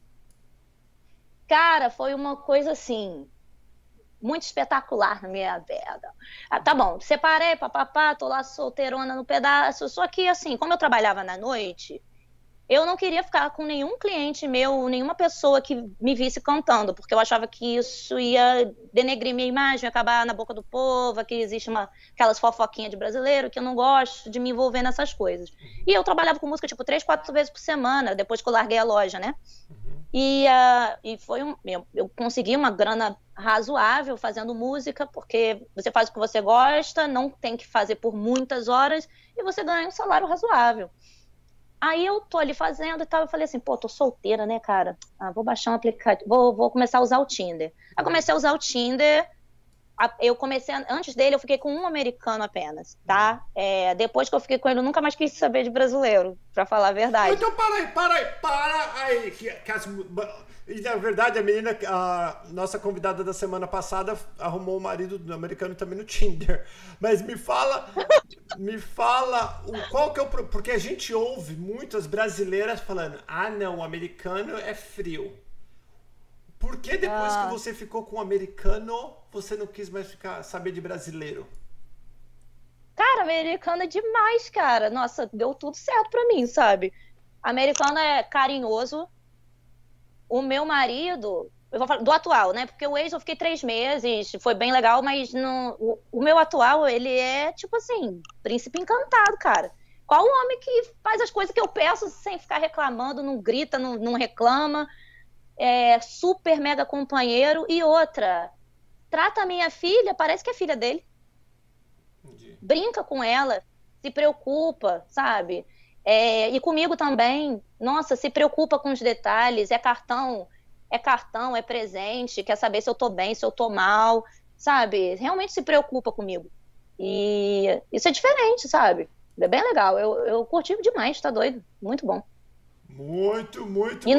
Cara, foi uma coisa assim, muito espetacular na minha vida. Tá bom, separei, papapá, tô lá solteirona no pedaço. Só que assim, como eu trabalhava na noite, eu não queria ficar com nenhum cliente meu, nenhuma pessoa que me visse cantando, porque eu achava que isso ia denegrir minha imagem, acabar na boca do povo, que existe aquelas fofoquinhas de brasileiro, que eu não gosto de me envolver nessas coisas. E eu trabalhava com música, tipo, 3, 4 vezes por semana, depois que eu larguei a loja, né? E foi eu consegui uma grana razoável fazendo música, porque você faz o que você gosta, não tem que fazer por muitas horas, e você ganha um salário razoável. Aí eu tô ali fazendo e tal, eu falei assim, pô, tô solteira, né, cara? Vou baixar um aplicativo, vou começar a usar o Tinder. Aí comecei a usar o Tinder, antes dele eu fiquei com um americano apenas, tá? Depois que eu fiquei com ele, eu nunca mais quis saber de brasileiro, pra falar a verdade. Então para aí. E na verdade, a nossa convidada da semana passada arrumou o marido do americano também no Tinder. Mas me fala qual que é o... Porque a gente ouve muitas brasileiras falando, não, o americano é frio. Por que depois que você ficou com o americano, você não quis mais saber de brasileiro? Cara, americano é demais, cara. Nossa, deu tudo certo pra mim, sabe? Americano é carinhoso. O meu marido, eu vou falar do atual, né? Porque o ex eu fiquei 3 meses, foi bem legal, mas o meu atual, ele é tipo assim, príncipe encantado, cara. Qual o homem que faz as coisas que eu peço sem ficar reclamando, não grita, não reclama, é super mega companheiro. E outra, trata a minha filha, parece que é filha dele. Entendi. Brinca com ela, se preocupa, sabe? E comigo também, nossa, se preocupa com os detalhes, é cartão, é presente, quer saber se eu tô bem, se eu tô mal, sabe? Realmente se preocupa comigo. E isso é diferente, sabe? É bem legal, eu curti demais, tá doido? Muito bom. Muito E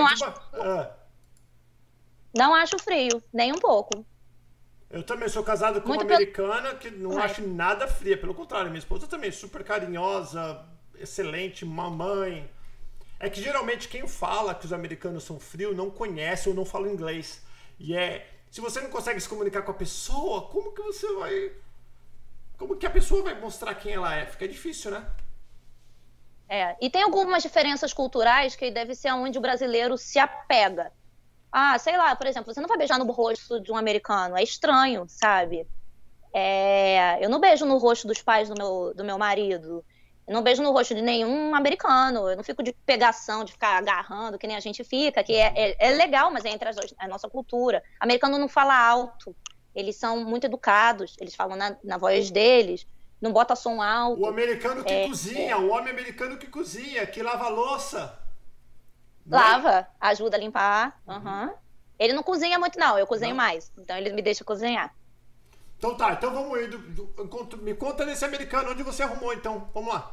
não acho frio, nem um pouco. Eu também sou casado com uma americana que não acho nada fria, pelo contrário, minha esposa também é super carinhosa, excelente, mamãe. É que geralmente quem fala que os americanos são frios não conhece ou não fala inglês. Se você não consegue se comunicar com a pessoa, como que a pessoa vai mostrar quem ela é? Fica difícil, né? E tem algumas diferenças culturais que deve ser onde o brasileiro se apega. Sei lá, por exemplo, você não vai beijar no rosto de um americano, é estranho, sabe? Eu não beijo no rosto dos pais do meu marido, eu não beijo no rosto de nenhum americano, eu não fico de pegação, de ficar agarrando, que nem a gente fica, que é legal, mas é entre a nossa cultura. O americano não fala alto, eles são muito educados, eles falam na voz deles, não bota som alto. O americano que cozinha, o homem americano que cozinha, que lava a louça. Lava, ajuda a limpar. Ele não cozinha muito, não, eu cozinho mais, então ele me deixa cozinhar. Então tá, então vamos ir. Me conta desse americano, onde você arrumou então? Vamos lá.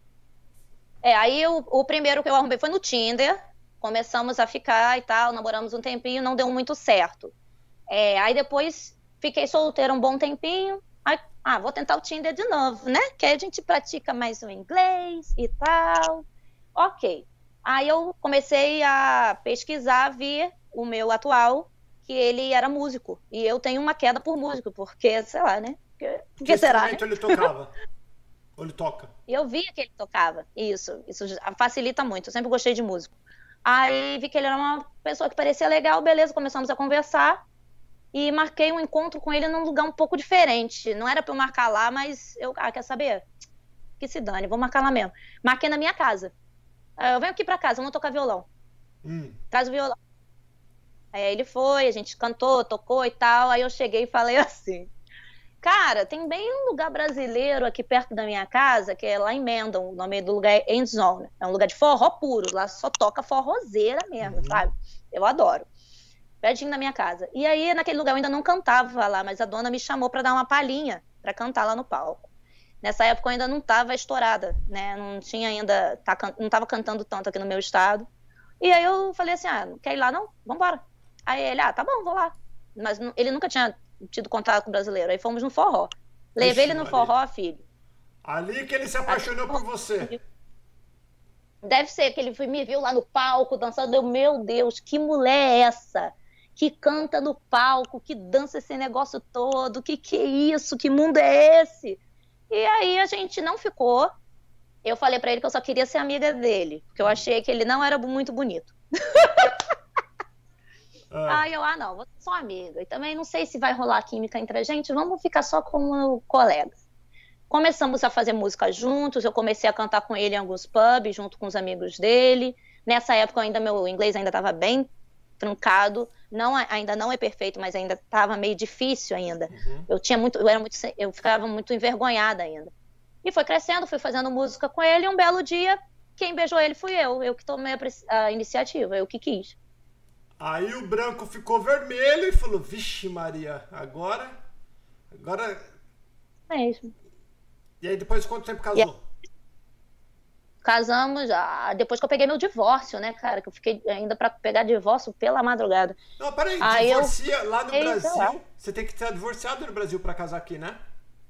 Aí o primeiro que eu arrumei foi no Tinder. Começamos a ficar e tal, namoramos um tempinho, não deu muito certo. Aí depois fiquei solteira um bom tempinho. Aí, vou tentar o Tinder de novo, né? Que aí a gente pratica mais o inglês e tal. Ok. Aí eu comecei a pesquisar, ver o meu atual, que ele era músico. E eu tenho uma queda por músico, porque, sei lá, né? Porque será, né? Ele tocava? Ou ele toca? E eu via que ele tocava. Isso facilita muito. Eu sempre gostei de músico. Aí vi que ele era uma pessoa que parecia legal, beleza, começamos a conversar. E marquei um encontro com ele num lugar um pouco diferente. Não era pra eu marcar lá, mas eu, quer saber? Que se dane, vou marcar lá mesmo. Marquei na minha casa. Eu venho aqui pra casa, vamos tocar violão. Traz o violão. Aí ele foi, a gente cantou, tocou e tal. Aí eu cheguei e falei assim, cara, tem bem um lugar brasileiro aqui perto da minha casa, que é lá em Mendon, o nome do lugar é Endzone. É um lugar de forró puro, lá só toca forrozeira mesmo, sabe? Eu adoro. Pertinho da minha casa. E aí, naquele lugar eu ainda não cantava lá, mas a dona me chamou pra dar uma palhinha, pra cantar lá no palco. Nessa época eu ainda não estava estourada, né? Não tinha ainda, não estava cantando tanto aqui no meu estado. E aí eu falei assim, não quer ir lá não? Vambora. Aí ele, tá bom, vou lá. Mas ele nunca tinha tido contato com o brasileiro. Aí fomos no forró. Levei ele no forró, filho. Ali que ele se apaixonou por você. Deve ser que ele me viu lá no palco dançando. Eu, meu Deus, que mulher é essa? Que canta no palco, que dança esse negócio todo. Que é isso? Que mundo é esse? E aí a gente não ficou. Eu falei pra ele que eu só queria ser amiga dele, porque eu achei que ele não era muito bonito. Aí eu, não, vou ser só amiga. E também não sei se vai rolar química entre a gente, vamos ficar só como colega. Começamos a fazer música juntos, eu comecei a cantar com ele em alguns pubs, junto com os amigos dele. Nessa época ainda meu inglês ainda estava bem truncado, ainda não é perfeito, mas ainda estava meio difícil ainda. Eu ficava muito envergonhada ainda. E foi crescendo, fui fazendo música com ele, e um belo dia, quem beijou ele fui eu que tomei a iniciativa, eu que quis. Aí o branco ficou vermelho e falou, vixe Maria, agora... Mesmo. E aí depois quanto tempo casou? Casamos depois que eu peguei meu divórcio, né, cara? Que eu fiquei ainda pra pegar divórcio pela madrugada. Não, peraí, divorcia lá no Brasil. Você tem que estar divorciado no Brasil pra casar aqui, né?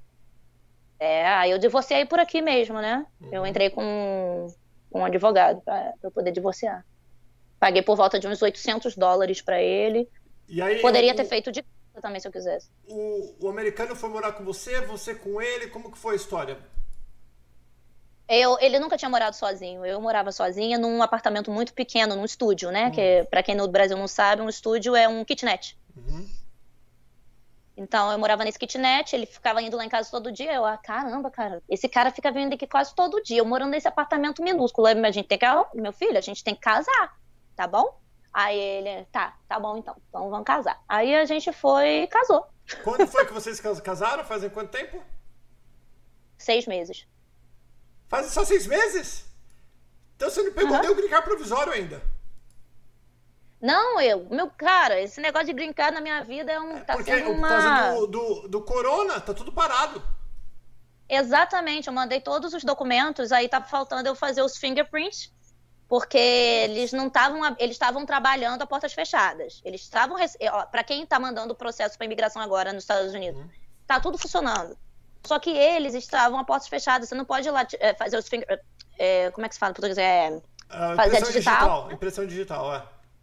Aí eu divorciei por aqui mesmo, né? Eu entrei com um advogado pra eu poder divorciar. Paguei por volta de uns $800 pra ele. E aí, poderia ter feito de também se eu quisesse. O americano foi morar com você com ele, como que foi a história? Ele nunca tinha morado sozinho, eu morava sozinha num apartamento muito pequeno, num estúdio, né? Que pra quem no Brasil não sabe, um estúdio é um kitnet. Então eu morava nesse kitnet, ele ficava indo lá em casa todo dia, caramba, cara, esse cara fica vindo aqui quase todo dia, eu morando nesse apartamento minúsculo, a gente tem que, meu filho, a gente tem que casar, tá bom? Aí ele, tá bom então vamos casar. Aí a gente foi e casou. Quando foi que vocês casaram? Fazem quanto tempo? 6 meses. Fazem só 6 meses? Então você não pegou nem o green card provisório ainda? Não, cara, esse negócio de green card na minha vida porque por causa do corona, tá tudo parado. Exatamente, eu mandei todos os documentos, aí tá faltando eu fazer os fingerprints, porque eles estavam trabalhando a portas fechadas. Eles estavam, para quem tá mandando o processo para imigração agora nos Estados Unidos, tá tudo funcionando. Só que eles estavam a portas fechadas, você não pode ir lá fazer os como é que se fala em português? Fazer digital. Impressão digital,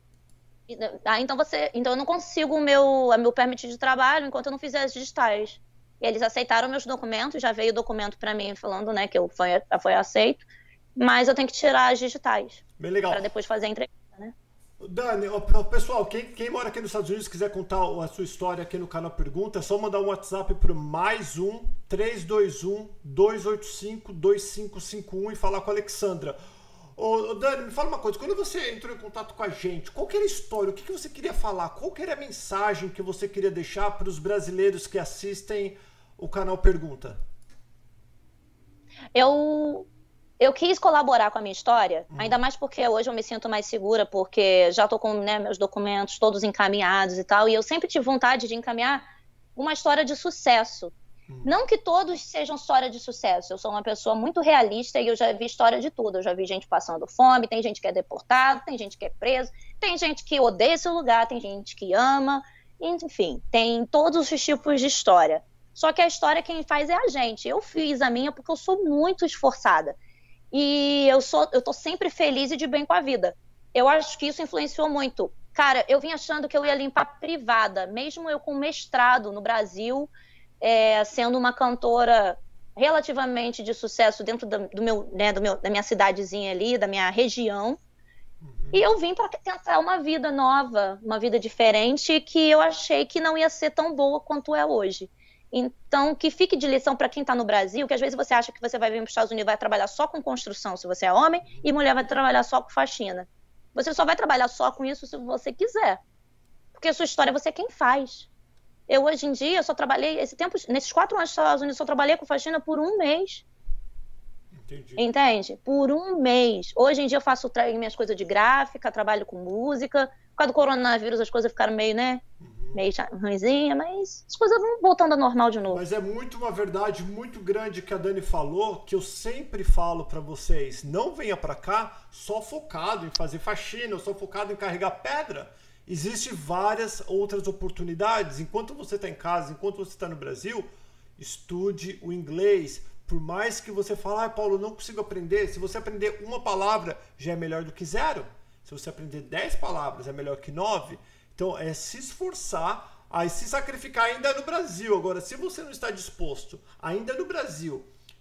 Então eu não consigo o meu permit de trabalho enquanto eu não fizer as digitais. E eles aceitaram meus documentos, já veio o documento para mim falando, né, que foi aceito. Mas eu tenho que tirar as digitais. Bem legal. Para depois fazer a entrevista, né? Dani, pessoal, quem mora aqui nos Estados Unidos quiser contar a sua história aqui no canal Pergunta, é só mandar um WhatsApp pro +1 321 285 2551 e falar com a Alexandra. Dani, me fala uma coisa, quando você entrou em contato com a gente, qual que era a história, o que você queria falar, qual que era a mensagem que você queria deixar para os brasileiros que assistem o canal Pergunta? Eu quis colaborar com a minha história, ainda mais porque hoje eu me sinto mais segura, porque já tô com, né, meus documentos todos encaminhados e tal, e eu sempre tive vontade de encaminhar uma história de sucesso. Não que todos sejam história de sucesso, eu sou uma pessoa muito realista e eu já vi história de tudo. Eu já vi gente passando fome, tem gente que é deportado, tem gente que é preso, tem gente que odeia esse lugar, tem gente que ama, enfim, tem todos os tipos de história. Só que a história quem faz é a gente. Eu fiz a minha porque eu sou muito esforçada. E eu tô sempre feliz e de bem com a vida. Eu acho que isso influenciou muito. Cara, eu vim achando que eu ia limpar privada, mesmo eu com mestrado no Brasil, sendo uma cantora relativamente de sucesso dentro da minha cidadezinha ali, da minha região. E eu vim para tentar uma vida nova, uma vida diferente, que eu achei que não ia ser tão boa quanto é hoje. Então, que fique de lição para quem está no Brasil, que às vezes você acha que você vai vir para os Estados Unidos e vai trabalhar só com construção, se você é homem, e mulher vai trabalhar só com faxina. Você só vai trabalhar só com isso se você quiser. Porque a sua história você é quem faz. Eu, hoje em dia, só trabalhei, nesses 4 anos nos Estados Unidos, só trabalhei com faxina por 1 mês. Entendi. Entende? Por 1 mês. Hoje em dia eu faço minhas coisas de gráfica, trabalho com música. Por causa do coronavírus as coisas ficaram meio, né? Meio ruimzinha, mas as coisas vão voltando ao normal de novo. Mas é muito uma verdade muito grande que a Dani falou, que eu sempre falo pra vocês. Não venha pra cá só focado em fazer faxina, ou só focado em carregar pedra. Existem várias outras oportunidades. Enquanto você está em casa, enquanto você está no Brasil, estude o inglês. Por mais que você fale, Paulo, não consigo aprender. Se você aprender uma palavra, já é melhor do que 0. Se você aprender 10 palavras, é melhor que 9. Então, é se esforçar, aí se sacrificar ainda no Brasil. Agora, se você não está disposto, ainda no Brasil,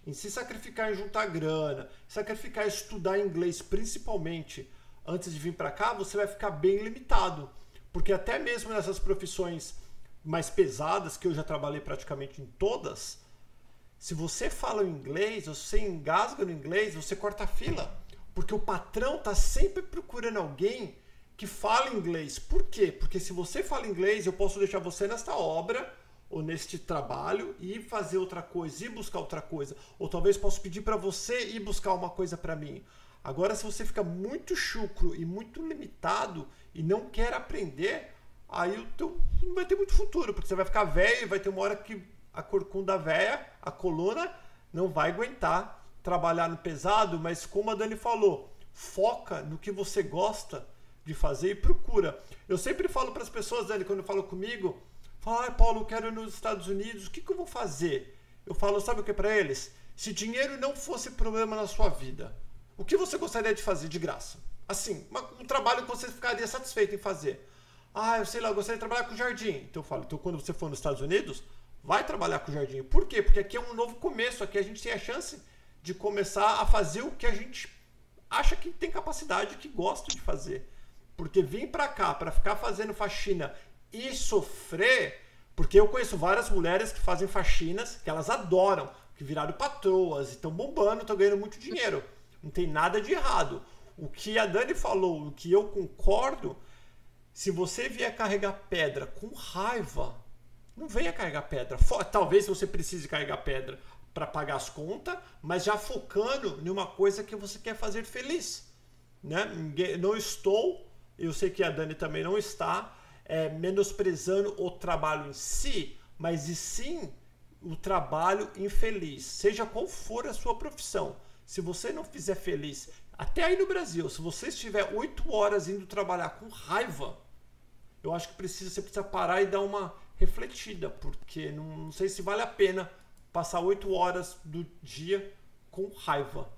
em se sacrificar em juntar grana, sacrificar em estudar inglês principalmente antes de vir para cá, você vai ficar bem limitado. Porque até mesmo nessas profissões mais pesadas, que eu já trabalhei praticamente em todas, se você fala o inglês, você engasga no inglês, você corta a fila. Porque o patrão tá sempre procurando alguém que fala inglês. Por quê? Porque se você fala inglês, eu posso deixar você nesta obra ou neste trabalho e fazer outra coisa, e buscar outra coisa. Ou talvez posso pedir para você ir buscar uma coisa para mim. Agora, se você fica muito chucro e muito limitado e não quer aprender, aí o teu não vai ter muito futuro, porque você vai ficar velho e vai ter uma hora que a corcunda velha, a coluna, não vai aguentar trabalhar no pesado, mas como a Dani falou, foca no que você gosta de fazer e procura. Eu sempre falo para as pessoas, Dani, quando falam comigo, fala, Paulo, eu quero ir nos Estados Unidos, o que eu vou fazer? Eu falo, sabe o que para eles? Se dinheiro não fosse problema na sua vida, o que você gostaria de fazer de graça? Assim, um trabalho que você ficaria satisfeito em fazer. Ah, eu sei lá, eu gostaria de trabalhar com jardim. Então eu falo, então quando você for nos Estados Unidos, vai trabalhar com jardim. Por quê? Porque aqui é um novo começo, aqui a gente tem a chance de começar a fazer o que a gente acha que tem capacidade, que gosta de fazer. Porque vir pra cá, pra ficar fazendo faxina e sofrer, porque eu conheço várias mulheres que fazem faxinas, que elas adoram, que viraram patroas e estão bombando, estão ganhando muito dinheiro. Não tem nada de errado. O que a Dani falou, o que eu concordo, se você vier carregar pedra com raiva, não venha carregar pedra. Talvez você precise carregar pedra para pagar as contas, mas já focando em uma coisa que você quer fazer feliz. Né? Não estou, eu sei que a Dani também não está, menosprezando o trabalho em si, mas e sim o trabalho infeliz, seja qual for a sua profissão. Se você não fizer feliz, até aí no Brasil, se você estiver 8 horas indo trabalhar com raiva, eu acho que você precisa parar e dar uma refletida, porque não sei se vale a pena passar 8 horas do dia com raiva.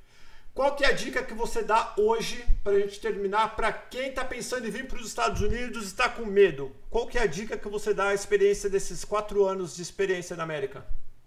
Qual que é a dica que você dá hoje, para a gente terminar, para quem está pensando em vir para os Estados Unidos e está com medo? Qual que é a dica que você dá, a experiência desses 4 anos de experiência na América?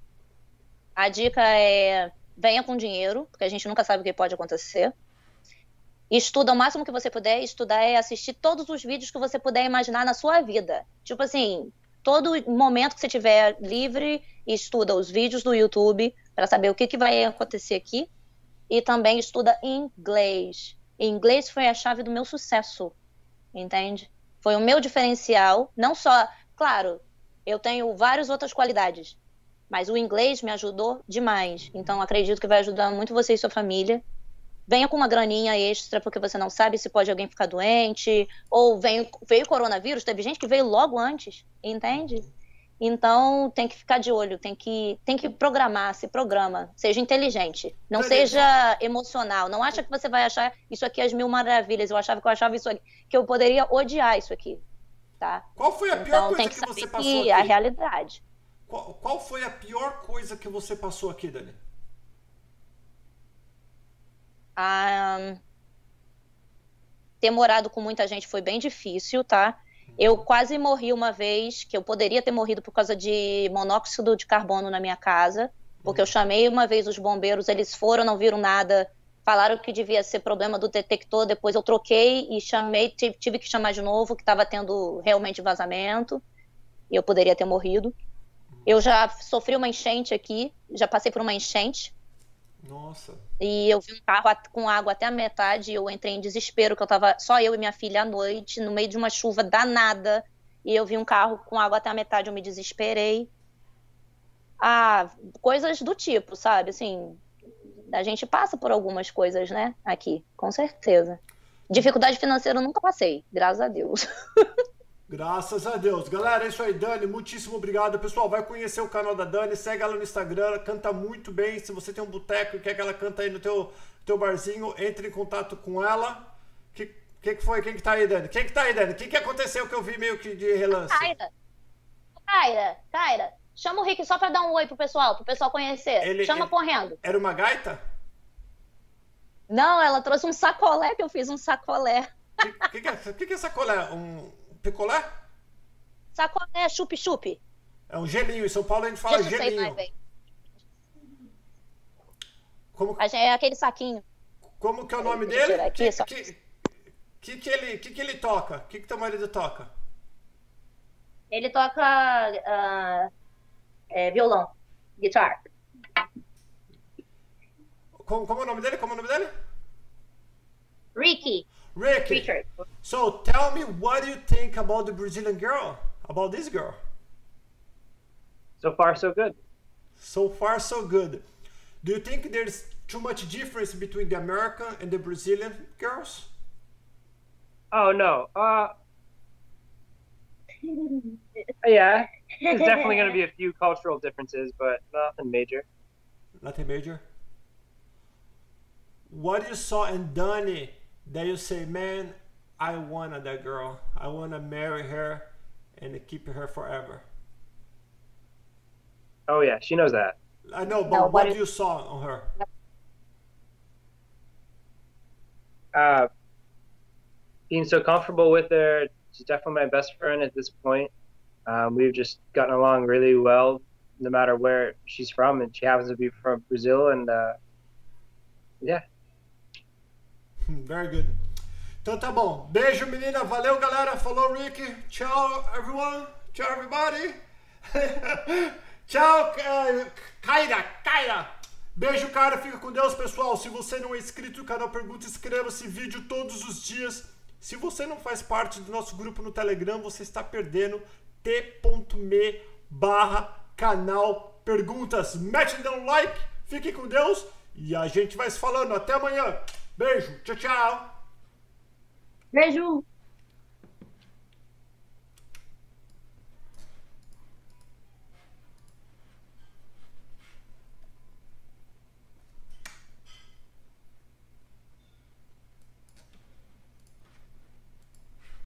A dica é: venha com dinheiro, porque a gente nunca sabe o que pode acontecer. Estuda o máximo que você puder. Estudar é assistir todos os vídeos que você puder imaginar na sua vida. Tipo assim, todo momento que você tiver livre, estuda os vídeos do YouTube para saber o que vai acontecer aqui. E também estuda inglês. Inglês foi a chave do meu sucesso, entende? Foi o meu diferencial. Não só, claro, eu tenho várias outras qualidades, mas o inglês me ajudou demais. Então, acredito que vai ajudar muito você e sua família. Venha com uma graninha extra, porque você não sabe se pode alguém ficar doente, ou veio coronavírus, teve gente que veio logo antes, entende? Então, tem que ficar de olho, tem que programar, se programa, seja inteligente, não seja emocional. Não acha que você vai achar isso aqui as mil maravilhas. Eu achava que eu achava isso aqui, que eu poderia odiar isso aqui, tá? Qual foi a pior coisa que você passou aqui? A realidade. Qual foi a pior coisa que você passou aqui, Dani? Ter morado com muita gente foi bem difícil, tá? Eu quase morri uma vez, que eu poderia ter morrido por causa de monóxido de carbono na minha casa, porque eu chamei uma vez os bombeiros, eles foram, não viram nada, falaram que devia ser problema do detector, depois eu troquei e chamei, tive que chamar de novo, que estava tendo realmente vazamento, e eu poderia ter morrido. Eu já sofri uma enchente aqui, já passei por uma enchente. Nossa. E eu vi um carro com água até a metade, e eu entrei em desespero, que eu tava só eu e minha filha à noite, no meio de uma chuva danada, e eu vi um carro com água até a metade, eu me desesperei. Coisas do tipo, sabe? Assim, a gente passa por algumas coisas, né? Aqui, com certeza. Dificuldade financeira eu nunca passei, graças a Deus. Graças a Deus. Galera, é isso aí, Dani. Muitíssimo obrigado. Pessoal, vai conhecer o canal da Dani, segue ela no Instagram, ela canta muito bem. Se você tem um boteco e quer que ela canta aí no teu barzinho, entre em contato com ela. Que foi? Quem que tá aí, Dani? Quem que tá aí, Dani? O que aconteceu que eu vi meio que de relance? Kaira, chama o Rick só pra dar um oi pro pessoal conhecer. Chama correndo. Era uma gaita? Não, ela trouxe um sacolé, que eu fiz um sacolé. O que é sacolé? Um picolé? Sacolé, chup-chup. É um gelinho. Em São Paulo a gente fala gelinho. Como, É aquele saquinho. como que é o nome Deixa eu dele? tirar aqui, só- Que ele toca? O que teu marido toca? Ele toca violão, guitar. Como é o nome dele? Como é o nome dele? Ricky, Ricky. Richard. So tell me, what do you think about the Brazilian girl? About this girl? So far, so good. So far, so good. Do you think there's too much difference between the American and the Brazilian girls? Oh no. Yeah. There's definitely going to be a few cultural differences, but nothing major. Nothing major. What you saw in Dani that you say, man, I wanted that girl. I want to marry her and keep her forever. Oh yeah, she knows that. I know, but No, what what you saw on her? Being so comfortable with her, she's definitely my best friend at this point. We've just gotten along really well, no matter where she's from, and she happens to be from Brazil, and yeah. Very good. Então tá bom. Beijo, menina. Valeu, galera. Falou, Rick. Tchau, everyone. Tchau, everybody. Tchau, Kaira. Beijo, cara. Fica com Deus, pessoal. Se você não é inscrito no canal Pergunta, inscreva-se. Vídeo todos os dias. Se você não faz parte do nosso grupo no Telegram, você está perdendo. t.me/canal Perguntas. Mete um like. Fique com Deus. E a gente vai se falando. Até amanhã. Beijo. Tchau, tchau. Beijo!